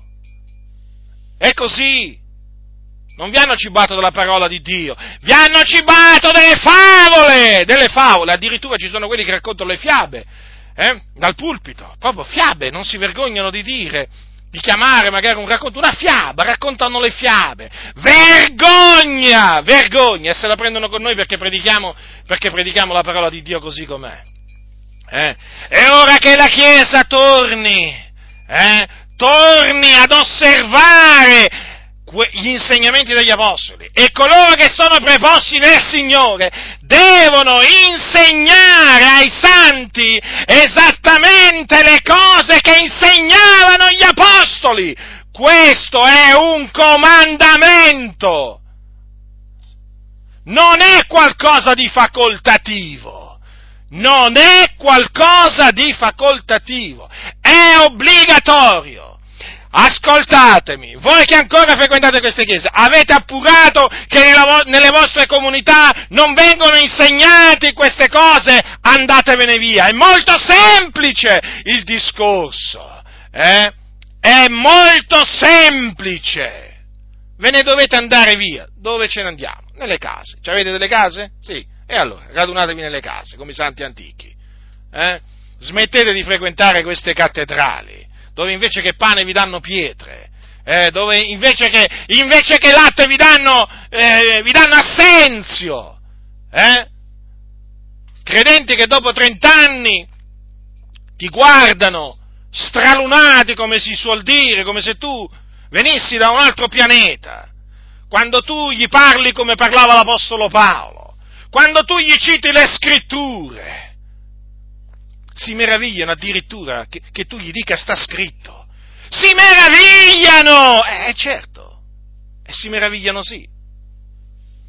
è così. Non vi hanno cibato della parola di Dio, vi hanno cibato delle favole, delle favole, addirittura ci sono quelli che raccontano le fiabe, eh, dal pulpito, proprio fiabe, non si vergognano di dire, di chiamare magari un racconto, una fiaba, raccontano le fiabe, vergogna, vergogna, e se la prendono con noi perché predichiamo, perché predichiamo la parola di Dio così com'è, eh, è ora che la Chiesa torni, eh, torni ad osservare gli insegnamenti degli Apostoli, e coloro che sono preposti nel Signore devono insegnare ai santi esattamente le cose che insegnavano gli Apostoli. Questo è un comandamento, non è qualcosa di facoltativo, non è qualcosa di facoltativo, è obbligatorio. Ascoltatemi, voi che ancora frequentate queste chiese, avete appurato che nella, nelle vostre comunità non vengono insegnate queste cose? Andatevene via, è molto semplice il discorso, eh? È molto semplice, ve ne dovete andare via. Dove ce ne andiamo? Nelle case, ci avete delle case? Sì, e allora, radunatevi nelle case, come i santi antichi, eh? Smettete di frequentare queste cattedrali, dove invece che pane vi danno pietre, eh, dove invece che, invece che latte vi danno, eh, vi danno assenzio, eh? Credenti che dopo trent'anni ti guardano stralunati, come si suol dire, come se tu venissi da un altro pianeta, quando tu gli parli come parlava l'Apostolo Paolo, quando tu gli citi le scritture, si meravigliano addirittura che, che tu gli dica sta scritto. Si meravigliano! Eh, certo, e si meravigliano sì.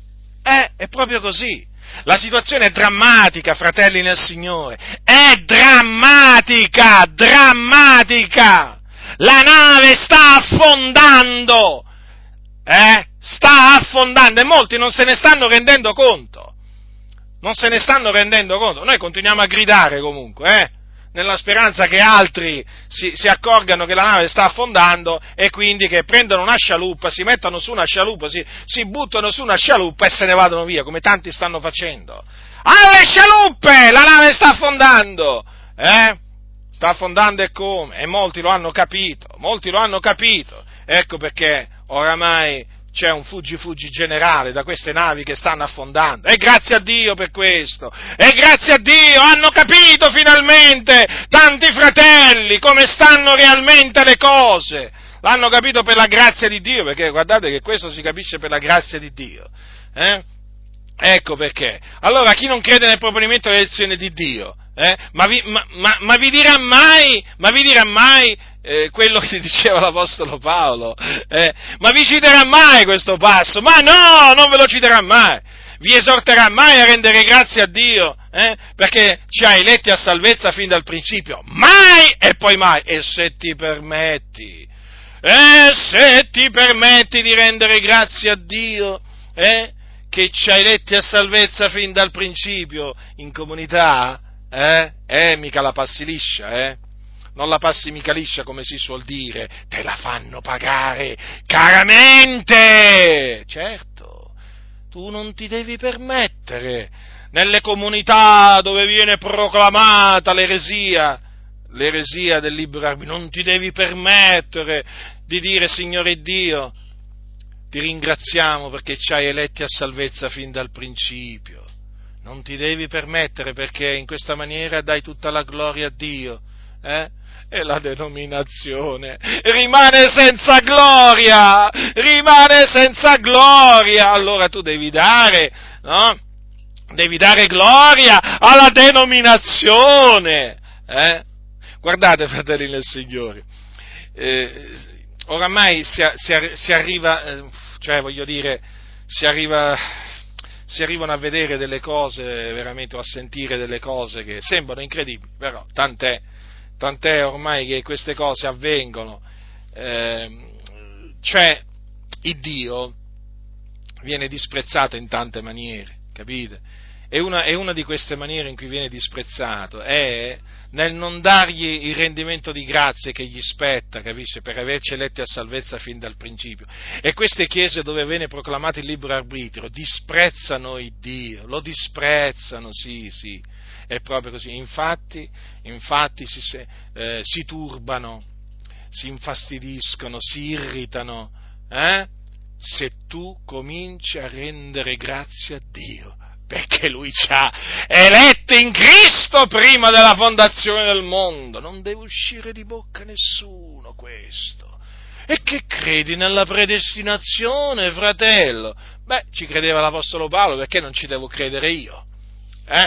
Eh, è proprio così. La situazione è drammatica, fratelli nel Signore, è drammatica, drammatica! La nave sta affondando, eh? Sta affondando e molti non se ne stanno rendendo conto, non se ne stanno rendendo conto. Noi continuiamo a gridare comunque, eh? Nella speranza che altri si, si accorgano che la nave sta affondando e quindi che prendano una scialuppa, si mettano su una scialuppa, si, si buttano su una scialuppa e se ne vadano via, come tanti stanno facendo. Alle scialuppe! La nave sta affondando! Eh? Sta affondando e come? E molti lo hanno capito, molti lo hanno capito. Ecco perché oramai c'è un fuggi-fuggi generale da queste navi che stanno affondando, e grazie a Dio per questo, e grazie a Dio hanno capito finalmente tanti fratelli come stanno realmente le cose, l'hanno capito per la grazia di Dio, perché guardate che questo si capisce per la grazia di Dio, eh? Ecco perché. Allora chi non crede nel proponimento dell'elezione di Dio, eh? ma, vi, ma, ma, ma vi dirà mai, ma vi dirà mai eh, quello che diceva l'Apostolo Paolo? Eh? Ma vi citerà mai questo passo? Ma no, non ve lo citerà mai. Vi esorterà mai a rendere grazie a Dio, eh? Perché ci ha eletti a salvezza fin dal principio? Mai e poi mai. E se ti permetti, e se ti permetti di rendere grazie a Dio, eh? Che ci ha eletti a salvezza fin dal principio in comunità, eh? Eh, mica la passi liscia, eh? Non la passi mica liscia, come si suol dire, te la fanno pagare caramente! Certo, tu non ti devi permettere, nelle comunità dove viene proclamata l'eresia, l'eresia del libero arbitrio, non ti devi permettere di dire, Signore Dio, ti ringraziamo perché ci hai eletti a salvezza fin dal principio. Non ti devi permettere, perché in questa maniera dai tutta la gloria a Dio, eh? E la denominazione rimane senza gloria, rimane senza gloria. Allora tu devi dare, no? Devi dare gloria alla denominazione, eh? Guardate, fratelli nel Signore, eh, oramai si, si, si arriva, eh, cioè voglio dire, si arriva, si arrivano a vedere delle cose veramente, o a sentire delle cose che sembrano incredibili, però tant'è, tant'è ormai che queste cose avvengono, eh, cioè il Dio viene disprezzato in tante maniere, capite? E una, e una di queste maniere in cui viene disprezzato è nel non dargli il rendimento di grazie che gli spetta, capisce, per averci eletti a salvezza fin dal principio. E queste chiese dove viene proclamato il libero arbitrio disprezzano il Dio, lo disprezzano, sì, sì, è proprio così. Infatti, infatti si, eh, si turbano, si infastidiscono, si irritano, eh? Se tu cominci a rendere grazie a Dio, perché Lui ci ha eletti in Cristo prima della fondazione del mondo. Non deve uscire di bocca a nessuno questo. E che credi nella predestinazione, fratello? Beh, ci credeva l'Apostolo Paolo, perché non ci devo credere io? Eh?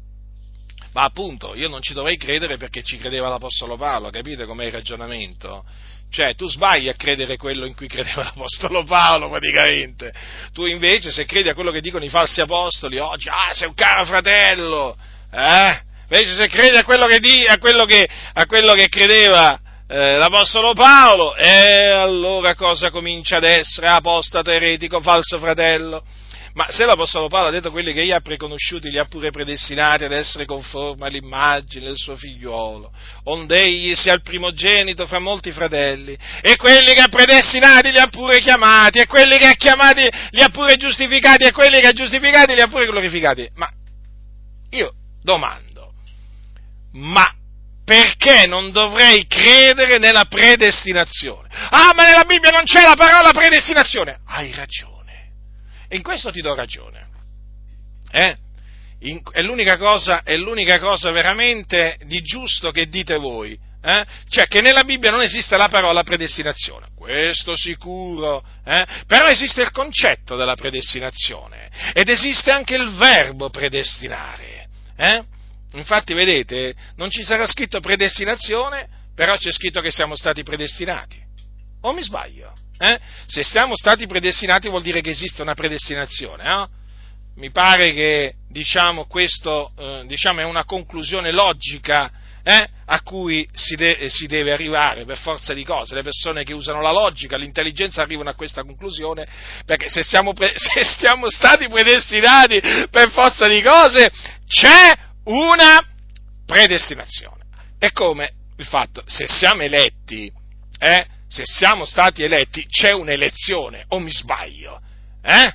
Ma appunto, io non ci dovrei credere perché ci credeva l'Apostolo Paolo, capite com'è il ragionamento? Cioè, tu sbagli a credere quello in cui credeva l'Apostolo Paolo, praticamente. Tu invece, se credi a quello che dicono i falsi apostoli, oggi, ah, sei un caro fratello, eh? Invece se credi a quello che, di, a quello che, a quello che credeva eh, l'Apostolo Paolo, e eh, allora cosa comincia ad essere? Apostata, eretico, falso fratello. Ma se l'Apostolo Paolo ha detto quelli che egli ha preconosciuti, li ha pure predestinati ad essere conformi all'immagine del suo figliuolo, onde egli sia il primogenito fra molti fratelli, e quelli che ha predestinati li ha pure chiamati, e quelli che ha chiamati li ha pure giustificati, e quelli che ha giustificati li ha pure glorificati. Ma io domando, ma perché non dovrei credere nella predestinazione? Ah, ma nella Bibbia non c'è la parola predestinazione! Hai ragione. E in questo ti do ragione, eh? In, è, l'unica cosa, è l'unica cosa veramente di giusto che dite voi, eh? Cioè che nella Bibbia non esiste la parola predestinazione, questo sicuro, eh? Però esiste il concetto della predestinazione, ed esiste anche il verbo predestinare, eh? Infatti vedete, non ci sarà scritto predestinazione, però c'è scritto che siamo stati predestinati, o mi sbaglio? Eh? Se siamo stati predestinati vuol dire che esiste una predestinazione, no? mi pare che, diciamo, questo, eh, diciamo, è una conclusione logica, eh, a cui si, de- si deve arrivare per forza di cose. Le persone che usano la logica, l'intelligenza arrivano a questa conclusione, perché se siamo, pre- se siamo stati predestinati per forza di cose, c'è una predestinazione. È come il fatto, se siamo eletti, eh, se siamo stati eletti, c'è un'elezione, o mi sbaglio? Eh?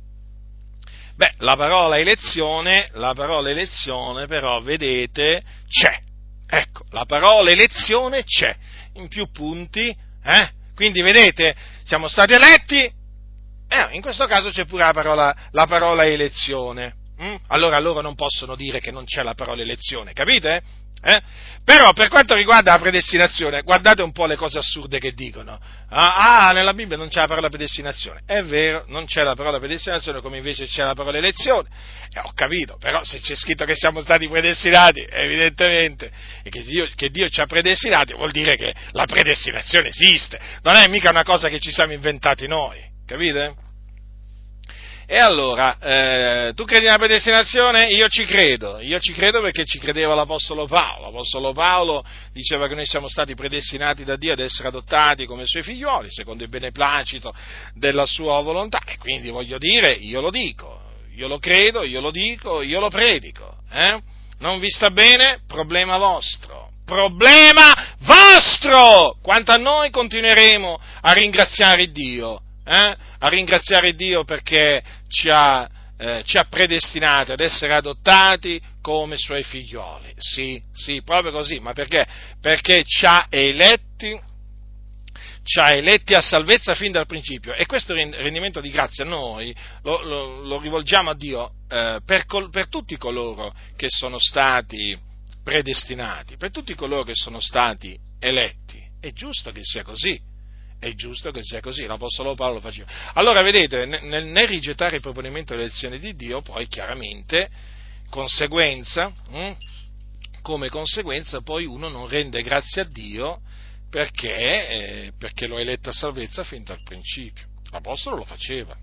Beh, la parola elezione, la parola elezione però, vedete, c'è. Ecco, la parola elezione c'è, in più punti, eh? Quindi vedete, siamo stati eletti, eh, in questo caso c'è pure la parola, la parola elezione. Mm? Allora loro non possono dire che non c'è la parola elezione, capite? Eh? Però per quanto riguarda la predestinazione, guardate un po' le cose assurde che dicono. Ah, ah, nella Bibbia non c'è la parola predestinazione. È vero, non c'è la parola predestinazione, come invece c'è la parola elezione. Eh, ho capito, però se c'è scritto che siamo stati predestinati, evidentemente, e che Dio, che Dio ci ha predestinati, vuol dire che la predestinazione esiste. Non è mica una cosa che ci siamo inventati noi, capite? E allora, eh, tu credi nella predestinazione? Io ci credo, io ci credo perché ci credeva l'Apostolo Paolo. L'Apostolo Paolo diceva che noi siamo stati predestinati da Dio ad essere adottati come suoi figlioli, secondo il beneplacito della sua volontà, e quindi voglio dire, io lo dico, io lo credo, io lo dico, io lo predico. Eh? Non vi sta bene? Problema vostro. Problema vostro! Quanto a noi continueremo a ringraziare Dio. Eh? A ringraziare Dio perché ci ha, eh, ci ha predestinati ad essere adottati come suoi figlioli. Sì, sì, proprio così. Ma perché? Perché ci ha eletti, ci ha eletti a salvezza fin dal principio. E questo rendimento di grazia noi lo, lo, lo rivolgiamo a Dio eh, per, col, per tutti coloro che sono stati predestinati, per tutti coloro che sono stati eletti. È giusto che sia così. È giusto che sia così, l'Apostolo Paolo lo faceva. Allora, vedete, nel, nel rigettare il proponimento dell'elezione di Dio, poi chiaramente, conseguenza, hm, come conseguenza, poi uno non rende grazie a Dio perché, eh, perché lo ha eletto a salvezza fin dal principio. L'Apostolo lo faceva,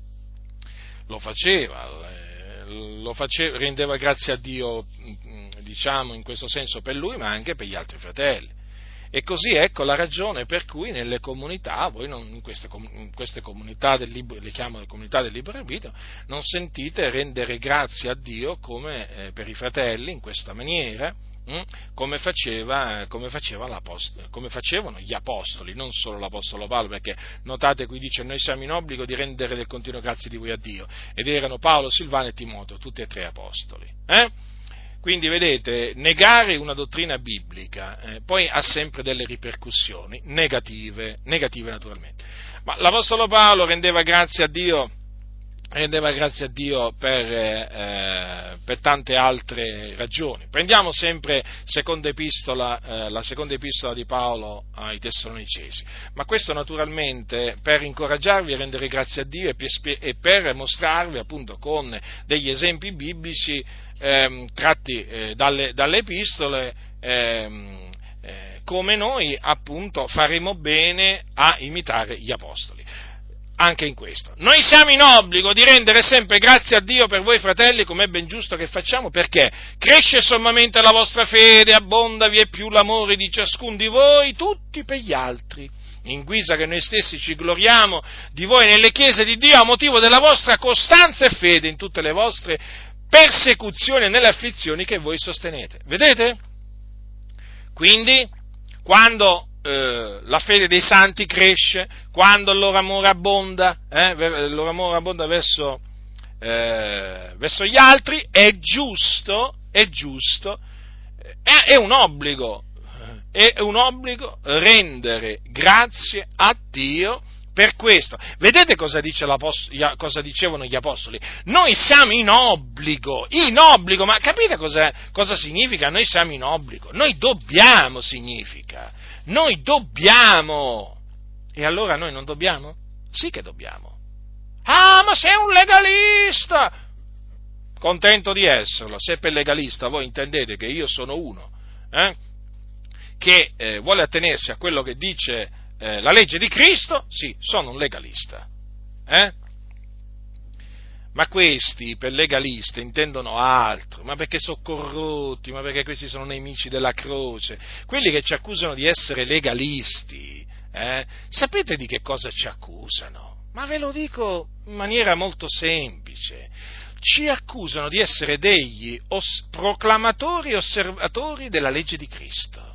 lo faceva, eh, lo faceva, rendeva grazie a Dio, diciamo, in questo senso per lui, ma anche per gli altri fratelli. E così ecco la ragione per cui nelle comunità, voi non, in, queste, in queste comunità del libero, le chiamo le comunità del libero arbitrio, non sentite rendere grazie a Dio come eh, per i fratelli in questa maniera, hm, come, faceva, come, faceva come facevano gli apostoli, non solo l'Apostolo Paolo, perché notate qui dice noi siamo in obbligo di rendere del continuo grazie di voi a Dio, ed erano Paolo, Silvano e Timoteo, tutti e tre apostoli. Eh? Quindi vedete, negare una dottrina biblica eh, poi ha sempre delle ripercussioni negative, negative naturalmente. Ma l'Apostolo Paolo rendeva grazie a Dio, rendeva grazie a Dio per, eh, per tante altre ragioni. Prendiamo sempre seconda epistola, eh, la seconda epistola di Paolo ai Tessalonicesi, ma questo naturalmente per incoraggiarvi a rendere grazie a Dio e per, e per mostrarvi appunto con degli esempi biblici eh, tratti eh, dalle, dalle epistole eh, eh, come noi appunto faremo bene a imitare gli apostoli. Anche in questo. Noi siamo in obbligo di rendere sempre grazie a Dio per voi fratelli, come è ben giusto che facciamo, perché cresce sommamente la vostra fede, abbonda vie più l'amore di ciascun di voi, tutti per gli altri, in guisa che noi stessi ci gloriamo di voi nelle chiese di Dio a motivo della vostra costanza e fede in tutte le vostre persecuzioni e nelle afflizioni che voi sostenete. Vedete? Quindi, quando Eh, la fede dei santi cresce, quando il loro amore abbonda, eh, il loro amore abbonda verso, eh, verso gli altri, è giusto, è giusto, è, è un obbligo, è un obbligo rendere grazie a Dio per questo. Vedete cosa, dice cosa dicevano gli apostoli? Noi siamo in obbligo, in obbligo, ma capite cosa, cosa significa? Noi siamo in obbligo, noi dobbiamo significa. Noi dobbiamo! E allora noi non dobbiamo? Sì che dobbiamo. Ah, ma sei un legalista! Contento di esserlo. Se per legalista voi intendete che io sono uno eh, che eh, vuole attenersi a quello che dice eh, la legge di Cristo, sì, sono un legalista. Eh? Ma questi, per legalista, intendono altro, ma perché sono corrotti, ma perché questi sono nemici della croce. Quelli che ci accusano di essere legalisti, eh, sapete di che cosa ci accusano? Ma ve lo dico in maniera molto semplice. Ci accusano di essere degli os- proclamatori e osservatori della legge di Cristo.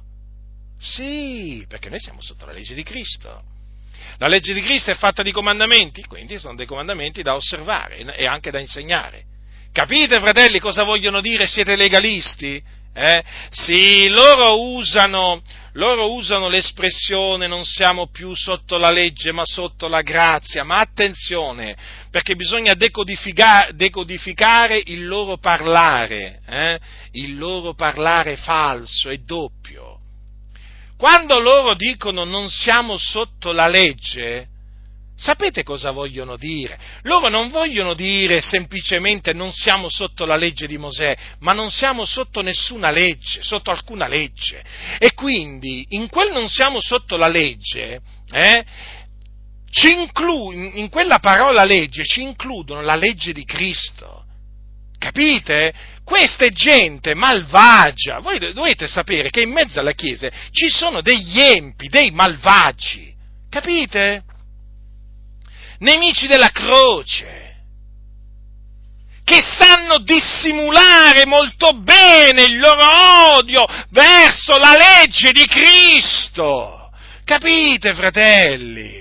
Sì, perché noi siamo sotto la legge di Cristo. La legge di Cristo è fatta di comandamenti, quindi sono dei comandamenti da osservare e anche da insegnare. Capite, fratelli, cosa vogliono dire? Siete legalisti? Eh? Sì, loro usano, loro usano l'espressione non siamo più sotto la legge ma sotto la grazia, ma attenzione, perché bisogna decodificare, decodificare il loro parlare, eh? il loro parlare falso e doppio. Quando loro dicono non siamo sotto la legge, sapete cosa vogliono dire? Loro non vogliono dire semplicemente non siamo sotto la legge di Mosè, ma non siamo sotto nessuna legge, sotto alcuna legge. E quindi in quel non siamo sotto la legge, eh, ci inclu- in quella parola legge ci includono la legge di Cristo. Capite? Questa è gente malvagia. Voi dovete sapere che in mezzo alla Chiesa ci sono degli empi, dei malvagi. Capite? Nemici della croce, che sanno dissimulare molto bene il loro odio verso la legge di Cristo. Capite, fratelli?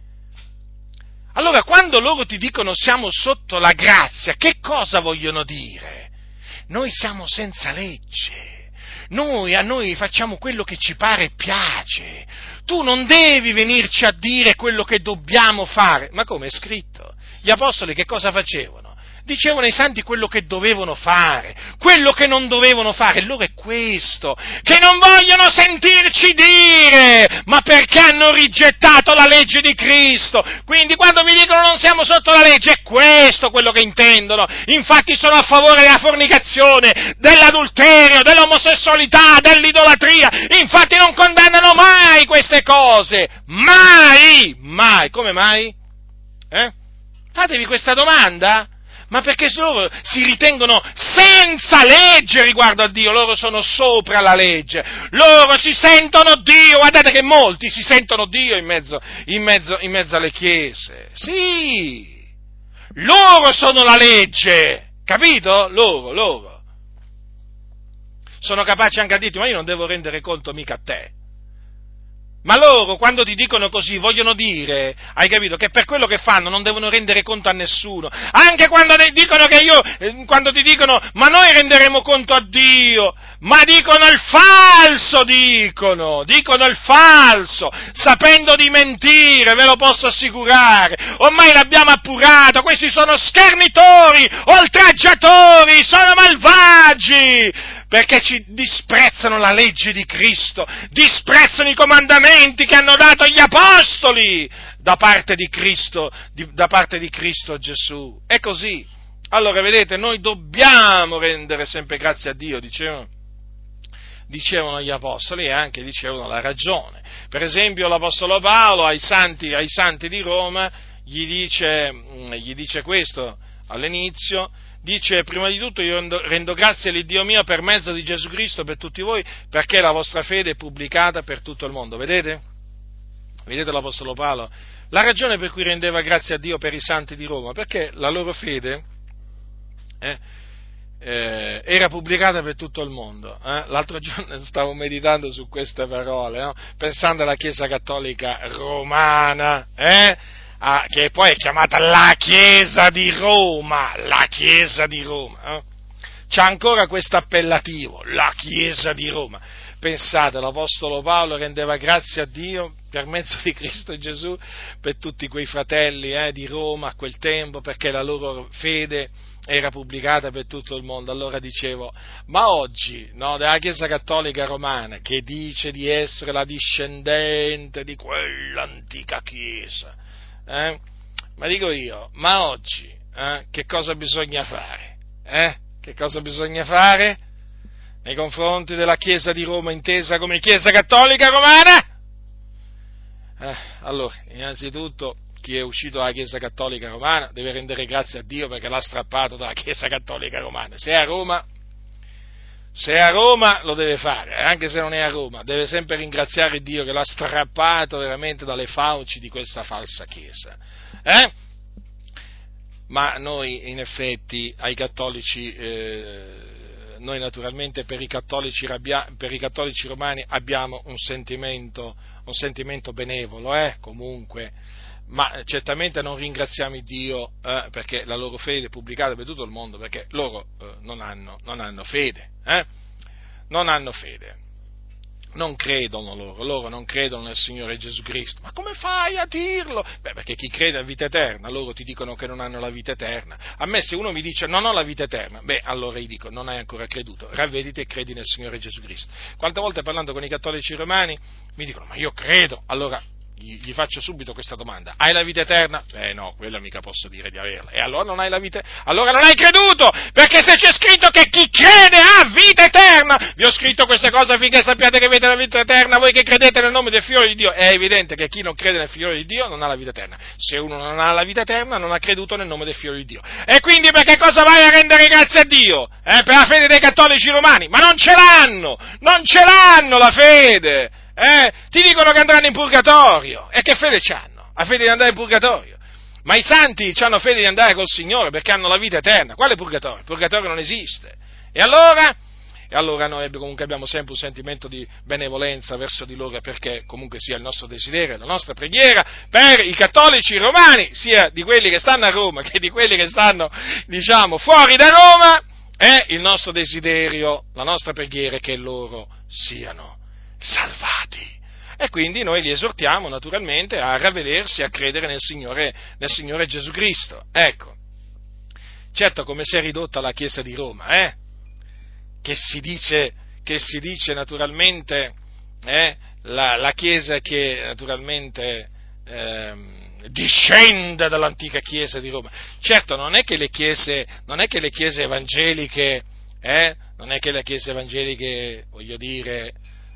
Allora, quando loro ti dicono siamo sotto la grazia, che cosa vogliono dire? Noi siamo senza legge. Noi, a noi facciamo quello che ci pare e piace. Tu non devi venirci a dire quello che dobbiamo fare. Ma come è scritto? Gli apostoli che cosa facevano? Dicevano ai santi quello che dovevano fare, quello che non dovevano fare. E loro è questo, che non vogliono sentirci dire, ma perché hanno rigettato la legge di Cristo. Quindi quando mi dicono non siamo sotto la legge, è questo quello che intendono. Infatti sono a favore della fornicazione, dell'adulterio, dell'omosessualità, dell'idolatria. Infatti non condannano mai queste cose. Mai, mai. Come mai? Eh? Fatevi questa domanda. Ma perché loro si ritengono senza legge riguardo a Dio, loro sono sopra la legge, loro si sentono Dio, guardate che molti si sentono Dio in mezzo, in mezzo, in mezzo alle chiese, sì, loro sono la legge, capito? Loro, loro, sono capaci anche a dirti, ma io non devo rendere conto mica a te. Ma loro, quando ti dicono così, vogliono dire, hai capito, che per quello che fanno non devono rendere conto a nessuno. Anche quando ti dicono che io, eh, quando ti dicono, ma noi renderemo conto a Dio, ma dicono il falso, dicono, dicono il falso, sapendo di mentire, ve lo posso assicurare. Ormai l'abbiamo appurato, questi sono schernitori, oltraggiatori, sono malvagi. Perché ci disprezzano la legge di Cristo, disprezzano i comandamenti che hanno dato gli apostoli da parte di Cristo, di, da parte di Cristo Gesù. È così. Allora, vedete, noi dobbiamo rendere sempre grazie a Dio, dicevano, dicevano gli apostoli e anche dicevano la ragione. Per esempio, l'apostolo Paolo ai santi, ai santi di Roma gli dice, gli dice questo all'inizio. Dice, prima di tutto io rendo, rendo grazie all'Iddio mio per mezzo di Gesù Cristo per tutti voi, perché la vostra fede è pubblicata per tutto il mondo. Vedete? Vedete l'Apostolo Paolo? La ragione per cui rendeva grazie a Dio per i santi di Roma, perché la loro fede eh, eh, era pubblicata per tutto il mondo. Eh? L'altro giorno stavo meditando su queste parole, no? Pensando alla Chiesa Cattolica Romana, eh? Ah, che poi è chiamata la Chiesa di Roma, la Chiesa di Roma, eh? C'ha ancora questo appellativo, la Chiesa di Roma. Pensate, l'Apostolo Paolo rendeva grazie a Dio per mezzo di Cristo Gesù per tutti quei fratelli eh, di Roma a quel tempo, perché la loro fede era pubblicata per tutto il mondo. Allora dicevo, ma oggi, no, della Chiesa Cattolica Romana, che dice di essere la discendente di quell'antica Chiesa, Eh? ma dico io, ma oggi eh, che cosa bisogna fare? Eh? Che cosa bisogna fare nei confronti della Chiesa di Roma intesa come Chiesa Cattolica Romana? Eh, allora, innanzitutto chi è uscito dalla Chiesa Cattolica Romana deve rendere grazie a Dio perché l'ha strappato dalla Chiesa Cattolica Romana. Se è a Roma, se è a Roma lo deve fare, anche se non è a Roma, deve sempre ringraziare Dio che l'ha strappato veramente dalle fauci di questa falsa Chiesa. Eh? Ma noi in effetti ai cattolici, eh, noi naturalmente per i cattolici, rabbia, per i cattolici romani abbiamo un sentimento, un sentimento benevolo, eh, comunque, ma certamente non ringraziamo Dio eh, perché la loro fede è pubblicata per tutto il mondo, perché loro eh, non hanno, non hanno fede, eh? non hanno fede. Non credono loro, loro non credono nel Signore Gesù Cristo. Ma come fai a dirlo? Beh, perché chi crede a vita eterna, loro ti dicono che non hanno la vita eterna. A me se uno mi dice non ho la vita eterna, beh, allora io dico non hai ancora creduto, ravvediti e credi nel Signore Gesù Cristo. Quante volte parlando con i cattolici romani mi dicono ma io credo, allora gli faccio subito questa domanda: hai la vita eterna? Beh no, quella mica posso dire di averla. E allora non hai la vita, allora non hai creduto, perché se c'è scritto che chi crede ha vita eterna, vi ho scritto queste cose affinché sappiate che avete la vita eterna, voi che credete nel nome del Figlio di Dio. È evidente che chi non crede nel Figlio di Dio non ha la vita eterna. Se uno non ha la vita eterna non ha creduto nel nome del Figlio di Dio. E quindi perché cosa vai a rendere grazie a Dio? Eh, per la fede dei cattolici romani? Ma non ce l'hanno, non ce l'hanno la fede. Eh, ti dicono che andranno in purgatorio, e che fede c'hanno? La fede di andare in purgatorio? Ma i santi hanno fede di andare col Signore perché hanno la vita eterna. Quale purgatorio? Il purgatorio non esiste. E allora? E allora noi comunque abbiamo sempre un sentimento di benevolenza verso di loro, perché comunque sia il nostro desiderio, la nostra preghiera per i cattolici romani, sia di quelli che stanno a Roma che di quelli che stanno, diciamo, fuori da Roma, è il nostro desiderio, la nostra preghiera è che loro siano salvati. E quindi noi li esortiamo naturalmente a ravvedersi, a credere nel Signore, nel Signore Gesù Cristo. Ecco, certo, come si è ridotta la Chiesa di Roma, eh? Che si dice, che si dice naturalmente, eh? la, la Chiesa che naturalmente eh, discende dall'antica Chiesa di Roma. Certo, non è che le chiese, non è che le chiese evangeliche, eh? non è che le chiese evangeliche, voglio dire,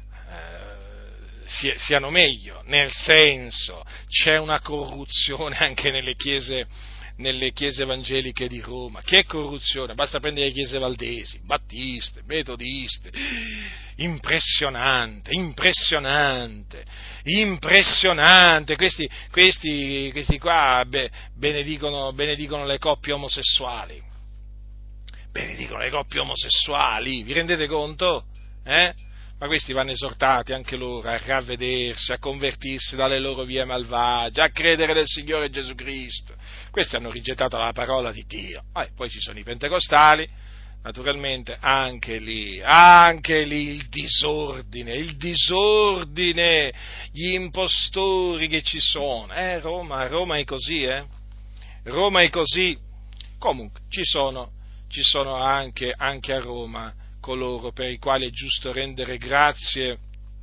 siano meglio, nel senso, c'è una corruzione anche nelle chiese, nelle chiese evangeliche di Roma. Che corruzione? Basta prendere le chiese valdesi, battiste, metodiste, impressionante, impressionante, impressionante, questi, questi, questi qua be, benedicono, benedicono le coppie omosessuali, benedicono le coppie omosessuali, vi rendete conto? Eh? Ma questi vanno esortati anche loro a ravvedersi, a convertirsi dalle loro vie malvagie, a credere nel Signore Gesù Cristo. Questi hanno rigettato la parola di Dio. Eh, poi ci sono i pentecostali, naturalmente anche lì, anche lì il disordine, il disordine, gli impostori che ci sono. Eh, Roma, Roma è così, eh? Roma è così. Comunque, ci sono, ci sono anche, anche a Roma coloro per i quali è giusto rendere grazie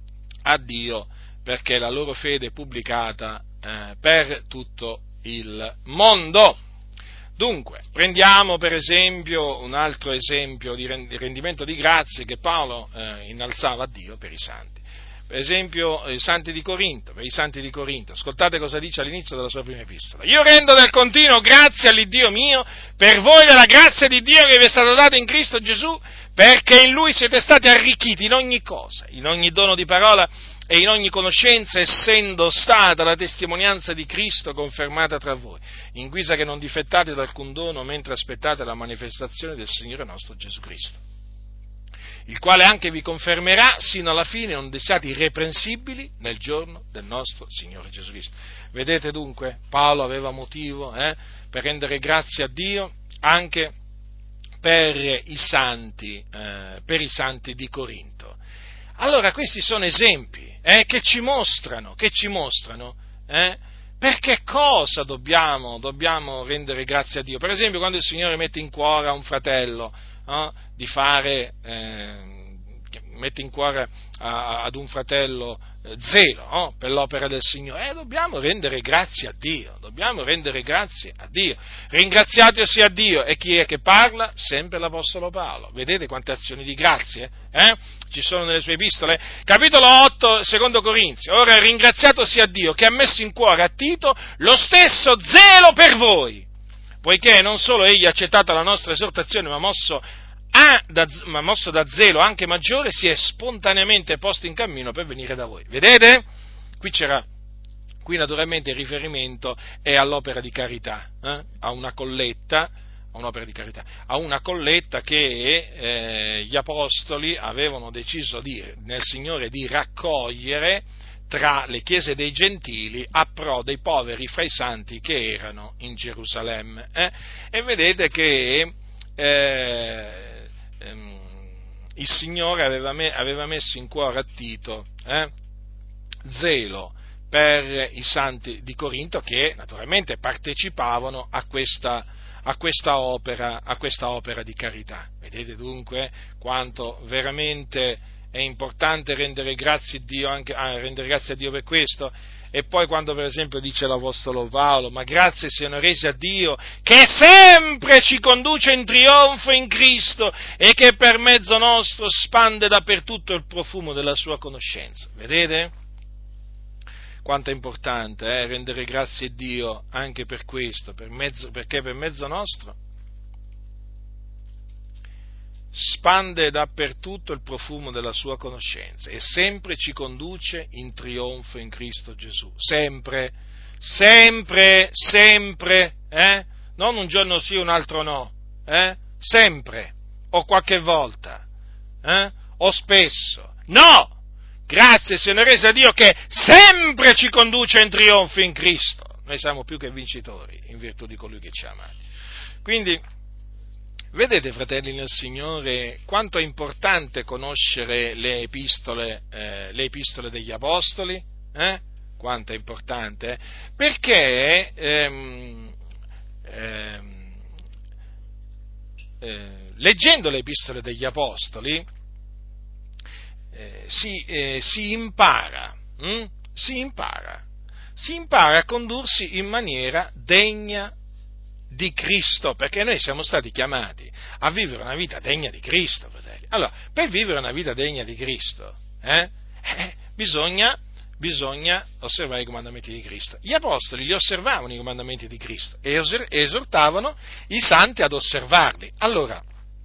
a Dio perché la loro fede è pubblicata eh, per tutto il mondo. Dunque, prendiamo per esempio un altro esempio di rendimento di grazie che Paolo eh, innalzava a Dio per i santi. Per esempio i santi di Corinto, per i santi di Corinto, ascoltate cosa dice all'inizio della sua prima epistola. Io rendo del continuo grazie all'Iddio mio per voi della grazia di Dio che vi è stata data in Cristo Gesù, perché in Lui siete stati arricchiti in ogni cosa, in ogni dono di parola e in ogni conoscenza, essendo stata la testimonianza di Cristo confermata tra voi, in guisa che non difettate da alcun dono mentre aspettate la manifestazione del Signore nostro Gesù Cristo, il quale anche vi confermerà sino alla fine, onde siate irreprensibili nel giorno del nostro Signore Gesù Cristo. Vedete dunque, Paolo aveva motivo eh, per rendere grazie a Dio anche per i santi, eh, per i santi di Corinto. Allora questi sono esempi eh, che ci mostrano, che ci mostrano eh, per che cosa dobbiamo, dobbiamo rendere grazie a Dio. Per esempio quando il Signore mette in cuore a un fratello eh, di fare, eh, mette in cuore a, ad un fratello eh, zelo oh, per l'opera del Signore, eh, dobbiamo rendere grazie a Dio, dobbiamo rendere grazie a Dio. Ringraziate sia a Dio. E chi è che parla? Sempre l'Apostolo Paolo. Vedete quante azioni di grazie? Eh? ci sono nelle sue epistole, capitolo otto, secondo Corinzi, ora ringraziato sia Dio che ha messo in cuore a Tito lo stesso zelo per voi, poiché non solo egli ha accettato la nostra esortazione, ma mosso, a, da, ma mosso da zelo anche maggiore, si è spontaneamente posto in cammino per venire da voi. Vedete? Qui c'era, qui naturalmente il riferimento è all'opera di carità, eh? a una colletta, a un'opera di carità, a una colletta che eh, gli apostoli avevano deciso di, nel Signore di raccogliere tra le chiese dei gentili a pro dei poveri fra i santi che erano in Gerusalemme. Eh? E vedete che eh, ehm, il Signore aveva, me, aveva messo in cuore a Tito eh, zelo per i santi di Corinto, che naturalmente partecipavano a questa, a questa opera, a questa opera di carità. Vedete dunque quanto veramente è importante rendere grazie a Dio, anche, ah, rendere grazie a Dio per questo. E poi quando per esempio dice l'Apostolo Paolo, ma grazie siano rese a Dio che sempre ci conduce in trionfo in Cristo e che per mezzo nostro spande dappertutto il profumo della sua conoscenza. Vedete? Quanto è importante eh, rendere grazie a Dio anche per questo, per mezzo, perché per mezzo nostro spande dappertutto il profumo della sua conoscenza e sempre ci conduce in trionfo in Cristo Gesù. Sempre, sempre, sempre, eh? Non un giorno sì, un altro no, eh? Sempre, o qualche volta, eh? O spesso, no! Grazie siano rese a Dio che sempre ci conduce in trionfo in Cristo. Noi siamo più che vincitori in virtù di colui che ci ha amati. Quindi, vedete, fratelli nel Signore, quanto è importante conoscere le epistole, eh, le epistole degli Apostoli? Eh? Quanto è importante? Eh? Perché ehm, ehm, eh, leggendo le epistole degli Apostoli eh, si, eh, si impara, hm? si impara, si impara a condursi in maniera degna di Cristo, perché noi siamo stati chiamati a vivere una vita degna di Cristo, fratelli. Allora, per vivere una vita degna di Cristo, eh, eh, bisogna, bisogna osservare i comandamenti di Cristo. Gli apostoli li osservavano i comandamenti di Cristo e esortavano i santi ad osservarli. Allora,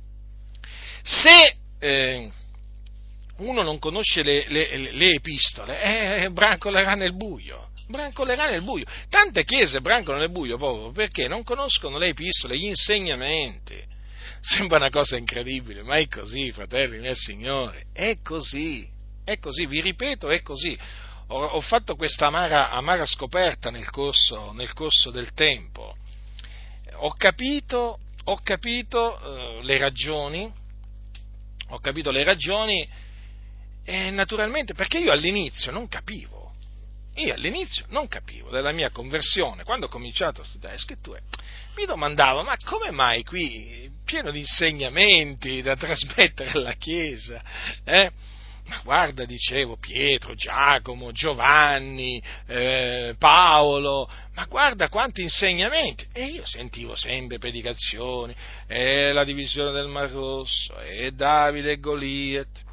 se eh, uno non conosce le, le, le epistole, eh, brancolerà nel buio. brancolerà nel buio. Tante chiese brancolano nel buio proprio perché non conoscono le epistole, gli insegnamenti. Sembra una cosa incredibile, ma è così, fratelli nel Signore, è così, è così, vi ripeto, è così. Ho, ho fatto questa amara, amara scoperta nel corso, nel corso del tempo. Ho capito, ho capito uh, le ragioni, ho capito le ragioni, e naturalmente, perché io all'inizio non capivo. Io all'inizio non capivo della mia conversione, quando ho cominciato a studiare scritture, mi domandavo, ma come mai qui, pieno di insegnamenti da trasmettere alla Chiesa, eh? Ma guarda, dicevo, Pietro, Giacomo, Giovanni, eh, Paolo, ma guarda quanti insegnamenti, e io sentivo sempre predicazioni, e la divisione del Mar Rosso, e Davide e Goliat,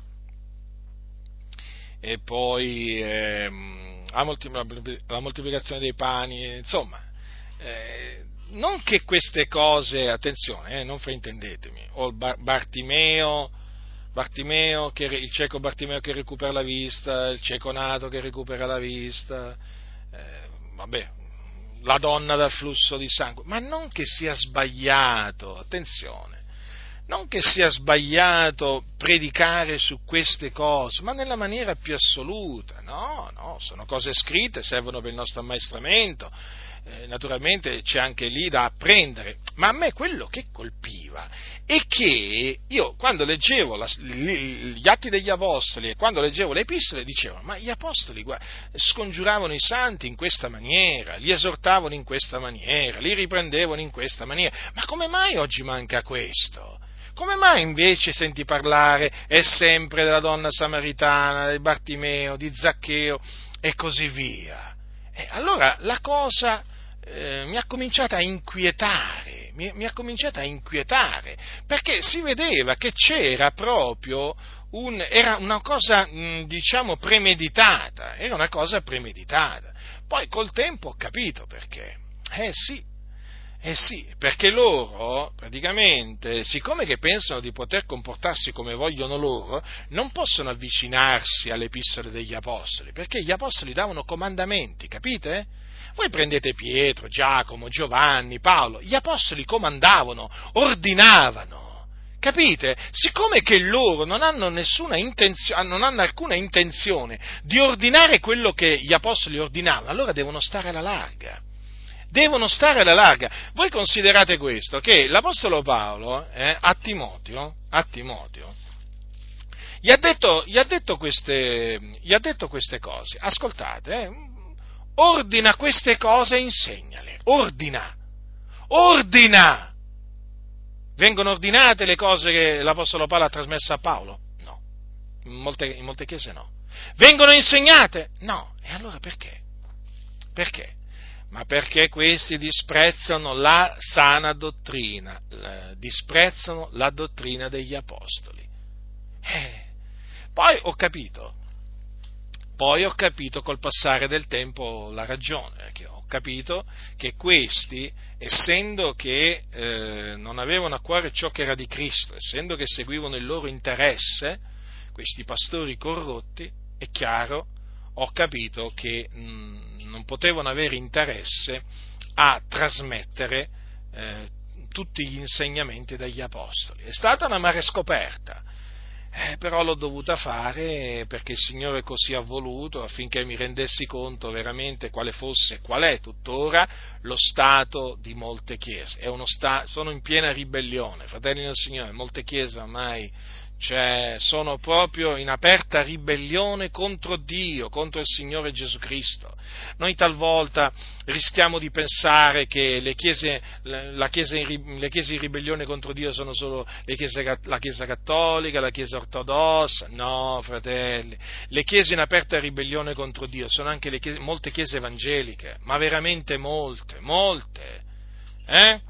e poi... Eh, La, la moltiplicazione dei pani, insomma, eh, non che queste cose, attenzione, eh, non fraintendetemi, o il Bar- Bartimeo, Bartimeo che, il cieco Bartimeo che recupera la vista, il cieco nato che recupera la vista, eh, vabbè, la donna dal flusso di sangue, ma non che sia sbagliato, attenzione, non che sia sbagliato predicare su queste cose, ma nella maniera più assoluta, no, no, sono cose scritte, servono per il nostro ammaestramento, eh, naturalmente c'è anche lì da apprendere, ma a me quello che colpiva è che io quando leggevo la, gli Atti degli Apostoli e quando leggevo le Epistole dicevo, ma gli Apostoli guarda, scongiuravano i santi in questa maniera, li esortavano in questa maniera, li riprendevano in questa maniera, ma come mai oggi manca questo? Come mai invece senti parlare è sempre della donna samaritana, di Bartimeo, di Zaccheo e così via? E allora la cosa eh, mi ha cominciato a inquietare, mi, mi ha cominciato a inquietare, perché si vedeva che c'era proprio un, era una cosa, mh, diciamo, premeditata, era una cosa premeditata. Poi col tempo ho capito perché. Eh sì, eh sì, perché loro, praticamente, siccome che pensano di poter comportarsi come vogliono loro, non possono avvicinarsi alle epistole degli apostoli, perché gli apostoli davano comandamenti, capite? Voi prendete Pietro, Giacomo, Giovanni, Paolo, gli apostoli comandavano, ordinavano. Capite? Siccome che loro non hanno nessuna intenzione, non hanno alcuna intenzione di ordinare quello che gli apostoli ordinavano, allora devono stare alla larga. Devono stare alla larga. Voi considerate questo, che l'apostolo Paolo eh, a Timoteo, a Timoteo gli ha detto, gli ha detto queste, gli ha detto queste cose. Ascoltate, eh, ordina queste cose e insegnale. Ordina, ordina. Vengono ordinate le cose che l'Apostolo Paolo ha trasmesso a Paolo? No, in molte, in molte chiese no. Vengono insegnate? No. E allora perché? Perché? Ma perché questi disprezzano la sana dottrina, disprezzano la dottrina degli Apostoli. Eh, poi ho capito, poi ho capito col passare del tempo la ragione, perché ho capito che questi, essendo che eh, non avevano a cuore ciò che era di Cristo, essendo che seguivano il loro interesse, questi pastori corrotti, è chiaro, ho capito che mh, non potevano avere interesse a trasmettere eh, tutti gli insegnamenti degli apostoli. È stata una mare scoperta. Eh, però l'ho dovuta fare perché il Signore così ha voluto, affinché mi rendessi conto veramente quale fosse e qual è tuttora lo stato di molte chiese. È uno sta- sono in piena ribellione, fratelli del Signore, molte chiese ormai cioè, sono proprio in aperta ribellione contro Dio, contro il Signore Gesù Cristo. Noi talvolta rischiamo di pensare che le chiese, la chiesa in, le chiese in ribellione contro Dio sono solo le chiese, la Chiesa cattolica, la Chiesa ortodossa. No, fratelli, le chiese in aperta ribellione contro Dio sono anche le chiese, molte chiese evangeliche, ma veramente molte, molte, eh?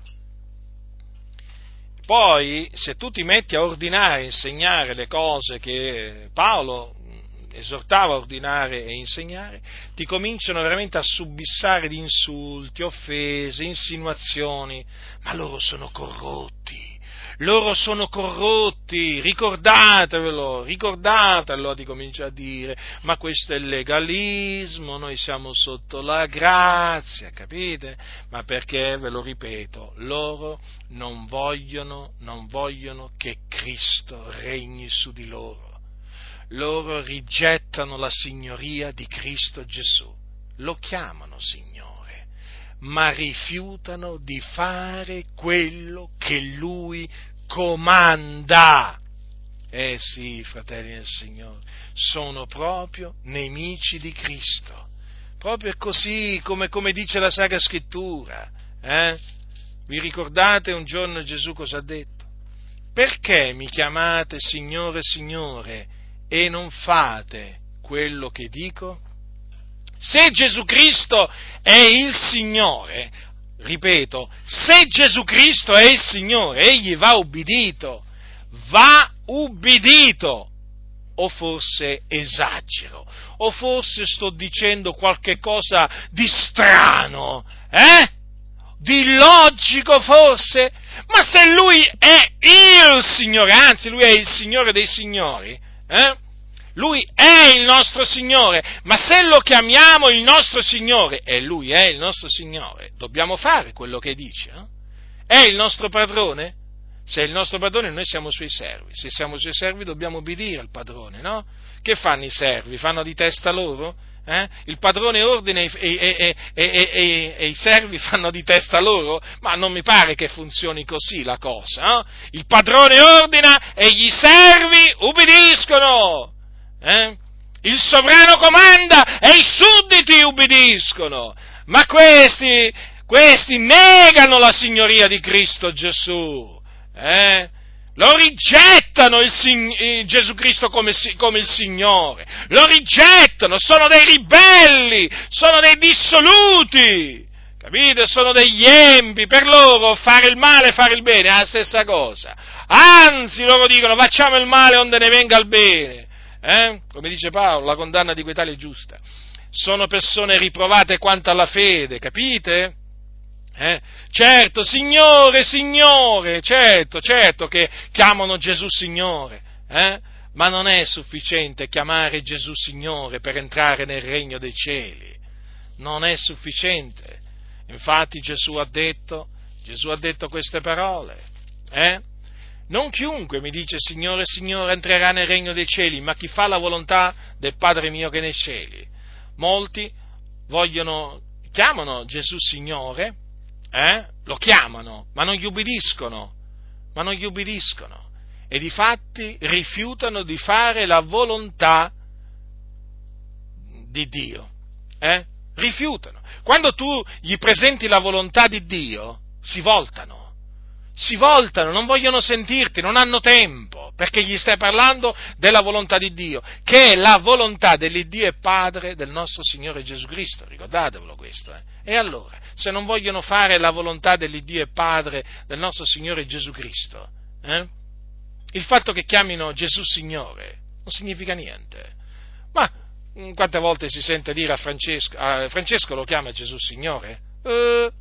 Poi, se tu ti metti a ordinare e insegnare le cose che Paolo esortava a ordinare e insegnare, ti cominciano veramente a subissare di insulti, offese, insinuazioni, ma loro sono corrotti. Loro sono corrotti, ricordatevelo, ricordatelo, ti comincia a dire, ma questo è legalismo, noi siamo sotto la grazia, capite? Ma perché, ve lo ripeto, loro non vogliono, non vogliono che Cristo regni su di loro. Loro rigettano la signoria di Cristo Gesù, lo chiamano Signore, ma rifiutano di fare quello che Lui comanda. Eh sì, fratelli del Signore, sono proprio nemici di Cristo, proprio così come, come dice la Sacra Scrittura. Eh? Vi ricordate un giorno Gesù cosa ha detto? Perché mi chiamate Signore, Signore, e non fate quello che dico? Se Gesù Cristo è il Signore, ripeto, se Gesù Cristo è il Signore, egli va ubbidito, va ubbidito, o forse esagero, o forse sto dicendo qualche cosa di strano, eh? Di illogico forse? Ma se Lui è il Signore, anzi Lui è il Signore dei Signori, eh? Lui è il nostro Signore, ma se lo chiamiamo il nostro Signore e Lui è il nostro Signore, dobbiamo fare quello che dice. Eh? È il nostro padrone? Se è il nostro padrone noi siamo suoi servi, se siamo suoi servi dobbiamo obbedire al padrone, no? Che fanno i servi? Fanno di testa loro? Eh? Il padrone ordina e, e, e, e, e i servi fanno di testa loro? Ma non mi pare che funzioni così la cosa. No? Il padrone ordina e gli servi ubbidiscono. Eh? Il sovrano comanda e i sudditi ubbidiscono. Ma questi, questi negano la signoria di Cristo Gesù. Eh? Lo rigettano il, il Gesù Cristo come, come il Signore, lo rigettano, sono dei ribelli, sono dei dissoluti, capite? Sono degli empi, per loro fare il male e fare il bene è la stessa cosa. anzi loro dicono facciamo il male onde ne venga il bene, eh? Come dice Paolo, la condanna di quei tali è giusta. Sono persone riprovate quanto alla fede, capite? Eh? Certo, Signore, Signore, certo, certo che chiamano Gesù Signore, eh? Ma non è sufficiente chiamare Gesù Signore per entrare nel regno dei cieli, non è sufficiente. Infatti Gesù ha detto, Gesù ha detto queste parole, eh? Non chiunque mi dice Signore, Signore entrerà nel regno dei cieli, ma chi fa la volontà del Padre mio che è nei cieli. Molti vogliono, chiamano Gesù Signore, eh? Lo chiamano, ma non gli ubbidiscono, ma non gli ubbidiscono. E difatti rifiutano di fare la volontà di Dio, eh? Rifiutano. Quando tu gli presenti la volontà di Dio, si voltano, si voltano, non vogliono sentirti, non hanno tempo, perché gli stai parlando della volontà di Dio, che è la volontà dell'Iddio e Padre del nostro Signore Gesù Cristo, ricordatevelo questo, eh? E allora, se non vogliono fare la volontà dell'Iddio e Padre del nostro Signore Gesù Cristo, eh? Il fatto che chiamino Gesù Signore non significa niente. Ma quante volte si sente dire a Francesco, a Francesco lo chiama Gesù Signore? Eh,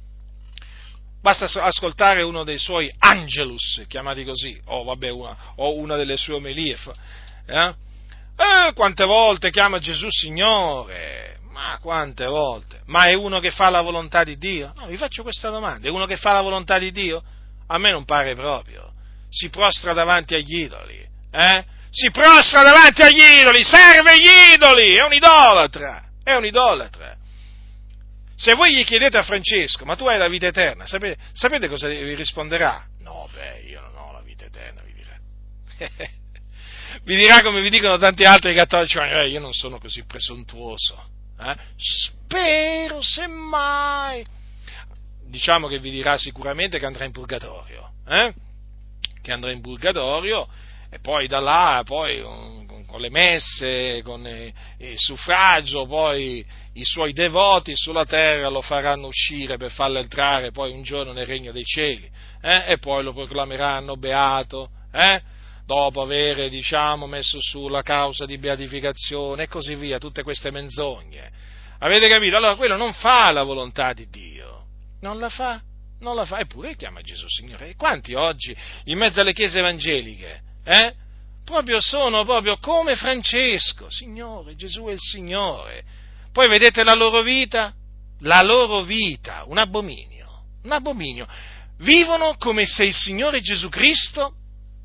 basta ascoltare uno dei suoi Angelus, chiamati così, o vabbè, una, o una delle sue omelie. Eh? Eh, quante volte chiama Gesù Signore? Ma quante volte? Ma è uno che fa la volontà di Dio? No, vi faccio questa domanda, è uno che fa la volontà di Dio? A me non pare proprio. Si prostra davanti agli idoli, eh? Si prostra davanti agli idoli, serve gli idoli, è un idolatra, è un idolatra. Se voi gli chiedete a Francesco, ma tu hai la vita eterna, sapete, sapete cosa vi risponderà? No, beh, io non ho la vita eterna, vi dirà. Vi dirà come vi dicono tanti altri cattolici, eh, io non sono così presuntuoso, eh? Spero, semmai. Diciamo che vi dirà sicuramente che andrà in purgatorio, eh? che andrà in purgatorio e poi da là, poi con, con le messe, con il suffragio, poi i suoi devoti sulla terra lo faranno uscire per farlo entrare poi un giorno nel regno dei cieli, eh? E poi lo proclameranno beato, eh? Dopo aver, diciamo, messo su la causa di beatificazione e così via, tutte queste menzogne. Avete capito? Allora quello non fa la volontà di Dio, non la fa. Non la fa, eppure chiama Gesù Signore. E quanti oggi, in mezzo alle chiese evangeliche, eh, proprio sono proprio come Francesco, Signore, Gesù è il Signore. Poi vedete la loro vita, la loro vita, un abominio, un abominio. Vivono come se il Signore Gesù Cristo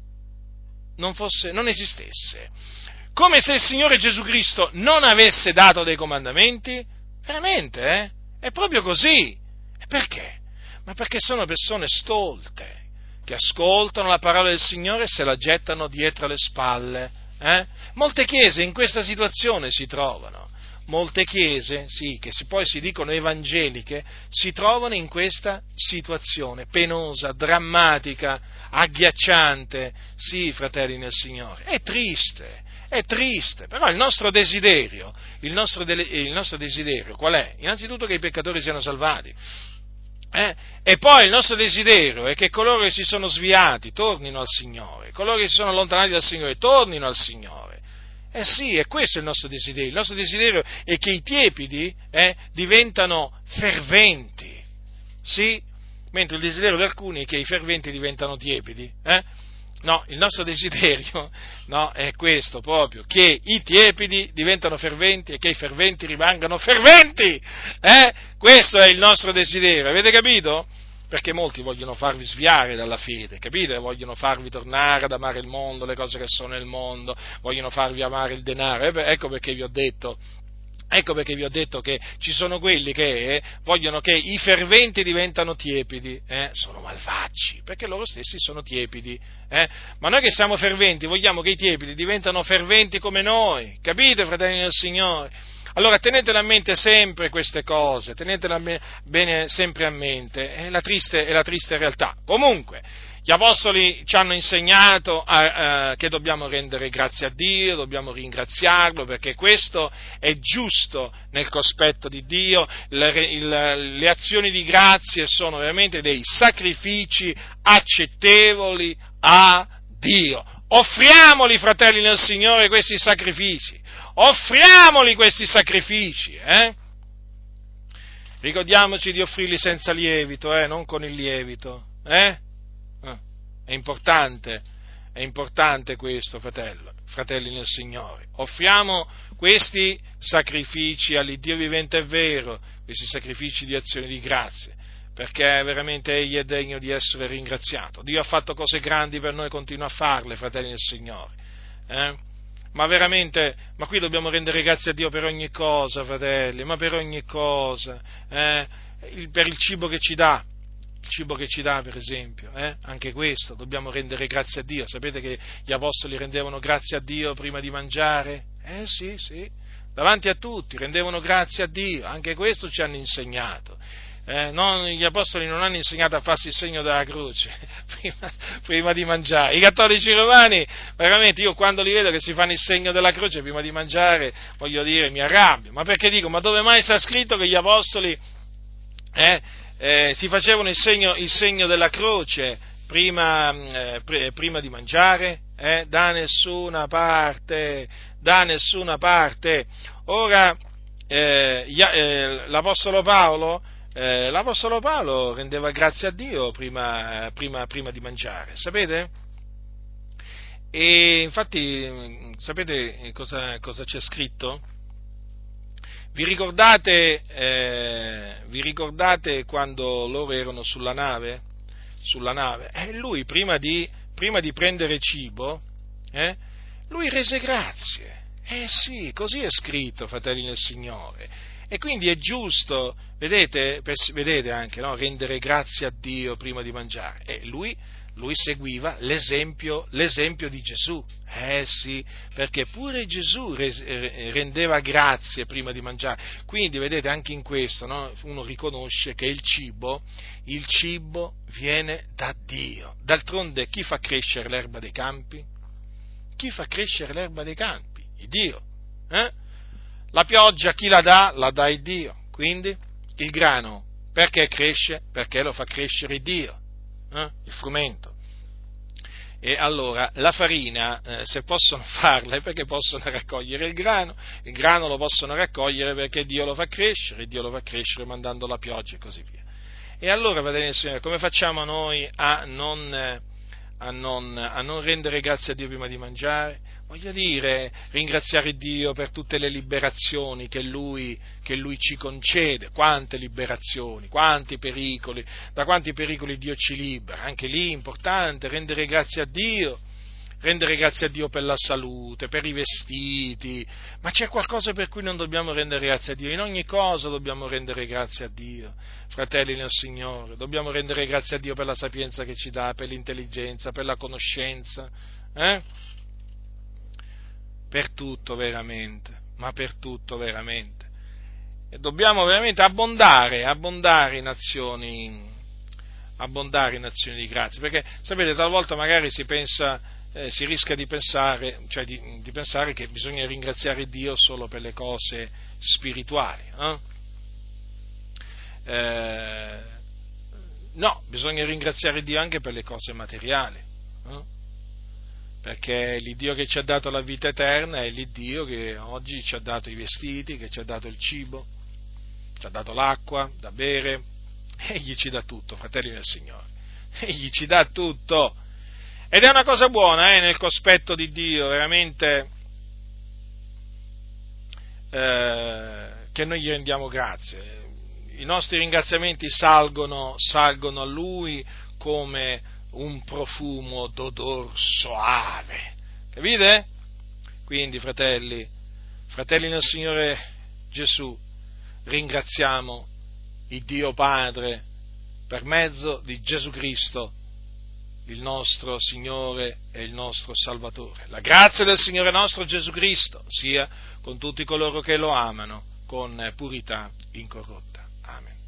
non fosse, non esistesse. Come se il Signore Gesù Cristo non avesse dato dei comandamenti. Veramente, eh? È proprio così. E perché? Ma perché sono persone stolte, che ascoltano la parola del Signore e se la gettano dietro le spalle. Eh? Molte chiese in questa situazione si trovano, molte chiese, sì, che poi si dicono evangeliche, si trovano in questa situazione penosa, drammatica, agghiacciante, sì, fratelli nel Signore. È triste, è triste, però il nostro desiderio, il nostro, de- il nostro desiderio qual è? Innanzitutto che i peccatori siano salvati. Eh? E poi il nostro desiderio è che coloro che si sono sviati tornino al Signore, coloro che si sono allontanati dal Signore tornino al Signore. Eh sì, è questo il nostro desiderio. Il nostro desiderio è che i tiepidi eh, diventano ferventi, sì? Mentre il desiderio di alcuni è che i ferventi diventano tiepidi. Eh? No, il nostro desiderio no, è questo proprio, che i tiepidi diventano ferventi e che i ferventi rimangano ferventi. Eh? Questo è il nostro desiderio, avete capito? Perché molti vogliono farvi sviare dalla fede, capite? Vogliono farvi tornare ad amare il mondo, le cose che sono nel mondo, vogliono farvi amare il denaro. Ecco perché vi ho detto Ecco perché vi ho detto che ci sono quelli che eh, vogliono che i ferventi diventano tiepidi, eh? Sono malvagi, perché loro stessi sono tiepidi, eh? Ma noi che siamo ferventi vogliamo che i tiepidi diventano ferventi come noi, capite, fratelli del Signore? Allora tenetela a mente sempre queste cose, tenetela bene sempre a mente, è la triste, è la triste realtà. Comunque, gli apostoli ci hanno insegnato a, a, che dobbiamo rendere grazie a Dio, dobbiamo ringraziarlo, perché questo è giusto nel cospetto di Dio. Le, il, le azioni di grazie sono veramente dei sacrifici accettevoli a Dio. Offriamoli, fratelli nel Signore, questi sacrifici. Offriamoli questi sacrifici, eh? Ricordiamoci di offrirli senza lievito, eh? Non con il lievito, eh? eh? È importante, è importante questo, fratello, fratelli nel Signore. Offriamo questi sacrifici all'Iddio vivente e vero, questi sacrifici di azione di grazie, perché veramente Egli è degno di essere ringraziato. Dio ha fatto cose grandi per noi e continua a farle, fratelli del Signore. Eh? Ma veramente, ma qui dobbiamo rendere grazie a Dio per ogni cosa, fratelli, ma per ogni cosa. Eh? Il, per il cibo che ci dà, il cibo che ci dà, per esempio, eh? Anche questo, dobbiamo rendere grazie a Dio. Sapete che gli apostoli rendevano grazie a Dio prima di mangiare? Eh sì, sì, davanti a tutti, rendevano grazie a Dio, anche questo ci hanno insegnato. Eh, non, gli apostoli non hanno insegnato a farsi il segno della croce prima, prima di mangiare. I cattolici romani, veramente, io quando li vedo che si fanno il segno della croce prima di mangiare, voglio dire, mi arrabbio. Ma perché dico, ma dove mai sta scritto che gli apostoli eh, eh, si facevano il segno, il segno della croce prima, eh, pre, prima di mangiare? Eh, da nessuna parte, da nessuna parte. Ora, eh, eh, l'apostolo Paolo Eh, l'Apostolo Paolo rendeva grazie a Dio prima, prima, prima di mangiare, sapete? E infatti, sapete cosa, cosa c'è scritto? Vi ricordate, eh, vi ricordate quando loro erano sulla nave? Sulla nave? E lui, prima di, prima di prendere cibo, eh, lui rese grazie. Eh sì, così è scritto, fratelli nel Signore. E quindi è giusto, vedete, per, vedete anche, no, rendere grazie a Dio prima di mangiare. E lui, lui seguiva l'esempio, l'esempio di Gesù. Eh sì, perché pure Gesù res, rendeva grazie prima di mangiare. Quindi, vedete, anche in questo, no, uno riconosce che il cibo, il cibo viene da Dio. D'altronde, chi fa crescere l'erba dei campi? Chi fa crescere l'erba dei campi? Il Dio. Eh? La pioggia chi la dà? La dà il Dio. Quindi il grano perché cresce? Perché lo fa crescere Dio, eh? Il frumento. E allora la farina, eh, se possono farla è perché possono raccogliere il grano, il grano lo possono raccogliere perché Dio lo fa crescere, Dio lo fa crescere mandando la pioggia e così via. E allora, vedete, Signore, come facciamo noi a non, a non, a non rendere grazie a Dio prima di mangiare? Voglio dire, ringraziare Dio per tutte le liberazioni che Lui, che Lui ci concede. Quante liberazioni, quanti pericoli, da quanti pericoli Dio ci libera. Anche lì è importante rendere grazie a Dio, rendere grazie a Dio per la salute, per i vestiti. Ma c'è qualcosa per cui non dobbiamo rendere grazie a Dio? In ogni cosa dobbiamo rendere grazie a Dio, fratelli nel Signore. Dobbiamo rendere grazie a Dio per la sapienza che ci dà, per l'intelligenza, per la conoscenza, eh? Per tutto veramente, ma per tutto veramente. E dobbiamo veramente abbondare, abbondare in azioni, abbondare in azioni di grazia, perché sapete, talvolta magari si pensa, eh, si rischia di pensare, cioè di, di pensare che bisogna ringraziare Dio solo per le cose spirituali, eh? Eh, no, bisogna ringraziare Dio anche per le cose materiali, eh? Perché l'Iddio che ci ha dato la vita eterna è l'Iddio che oggi ci ha dato i vestiti, che ci ha dato il cibo, ci ha dato l'acqua da bere. Egli ci dà tutto, fratelli del Signore. Egli ci dà tutto. Ed è una cosa buona, eh, nel cospetto di Dio, veramente, eh, che noi gli rendiamo grazie. I nostri ringraziamenti salgono, salgono a Lui come un profumo d'odor soave, capite? Quindi, fratelli, fratelli nel Signore Gesù, ringraziamo il Dio Padre per mezzo di Gesù Cristo, il nostro Signore e il nostro Salvatore. La grazia del Signore nostro Gesù Cristo sia con tutti coloro che lo amano con purità incorrotta. Amen.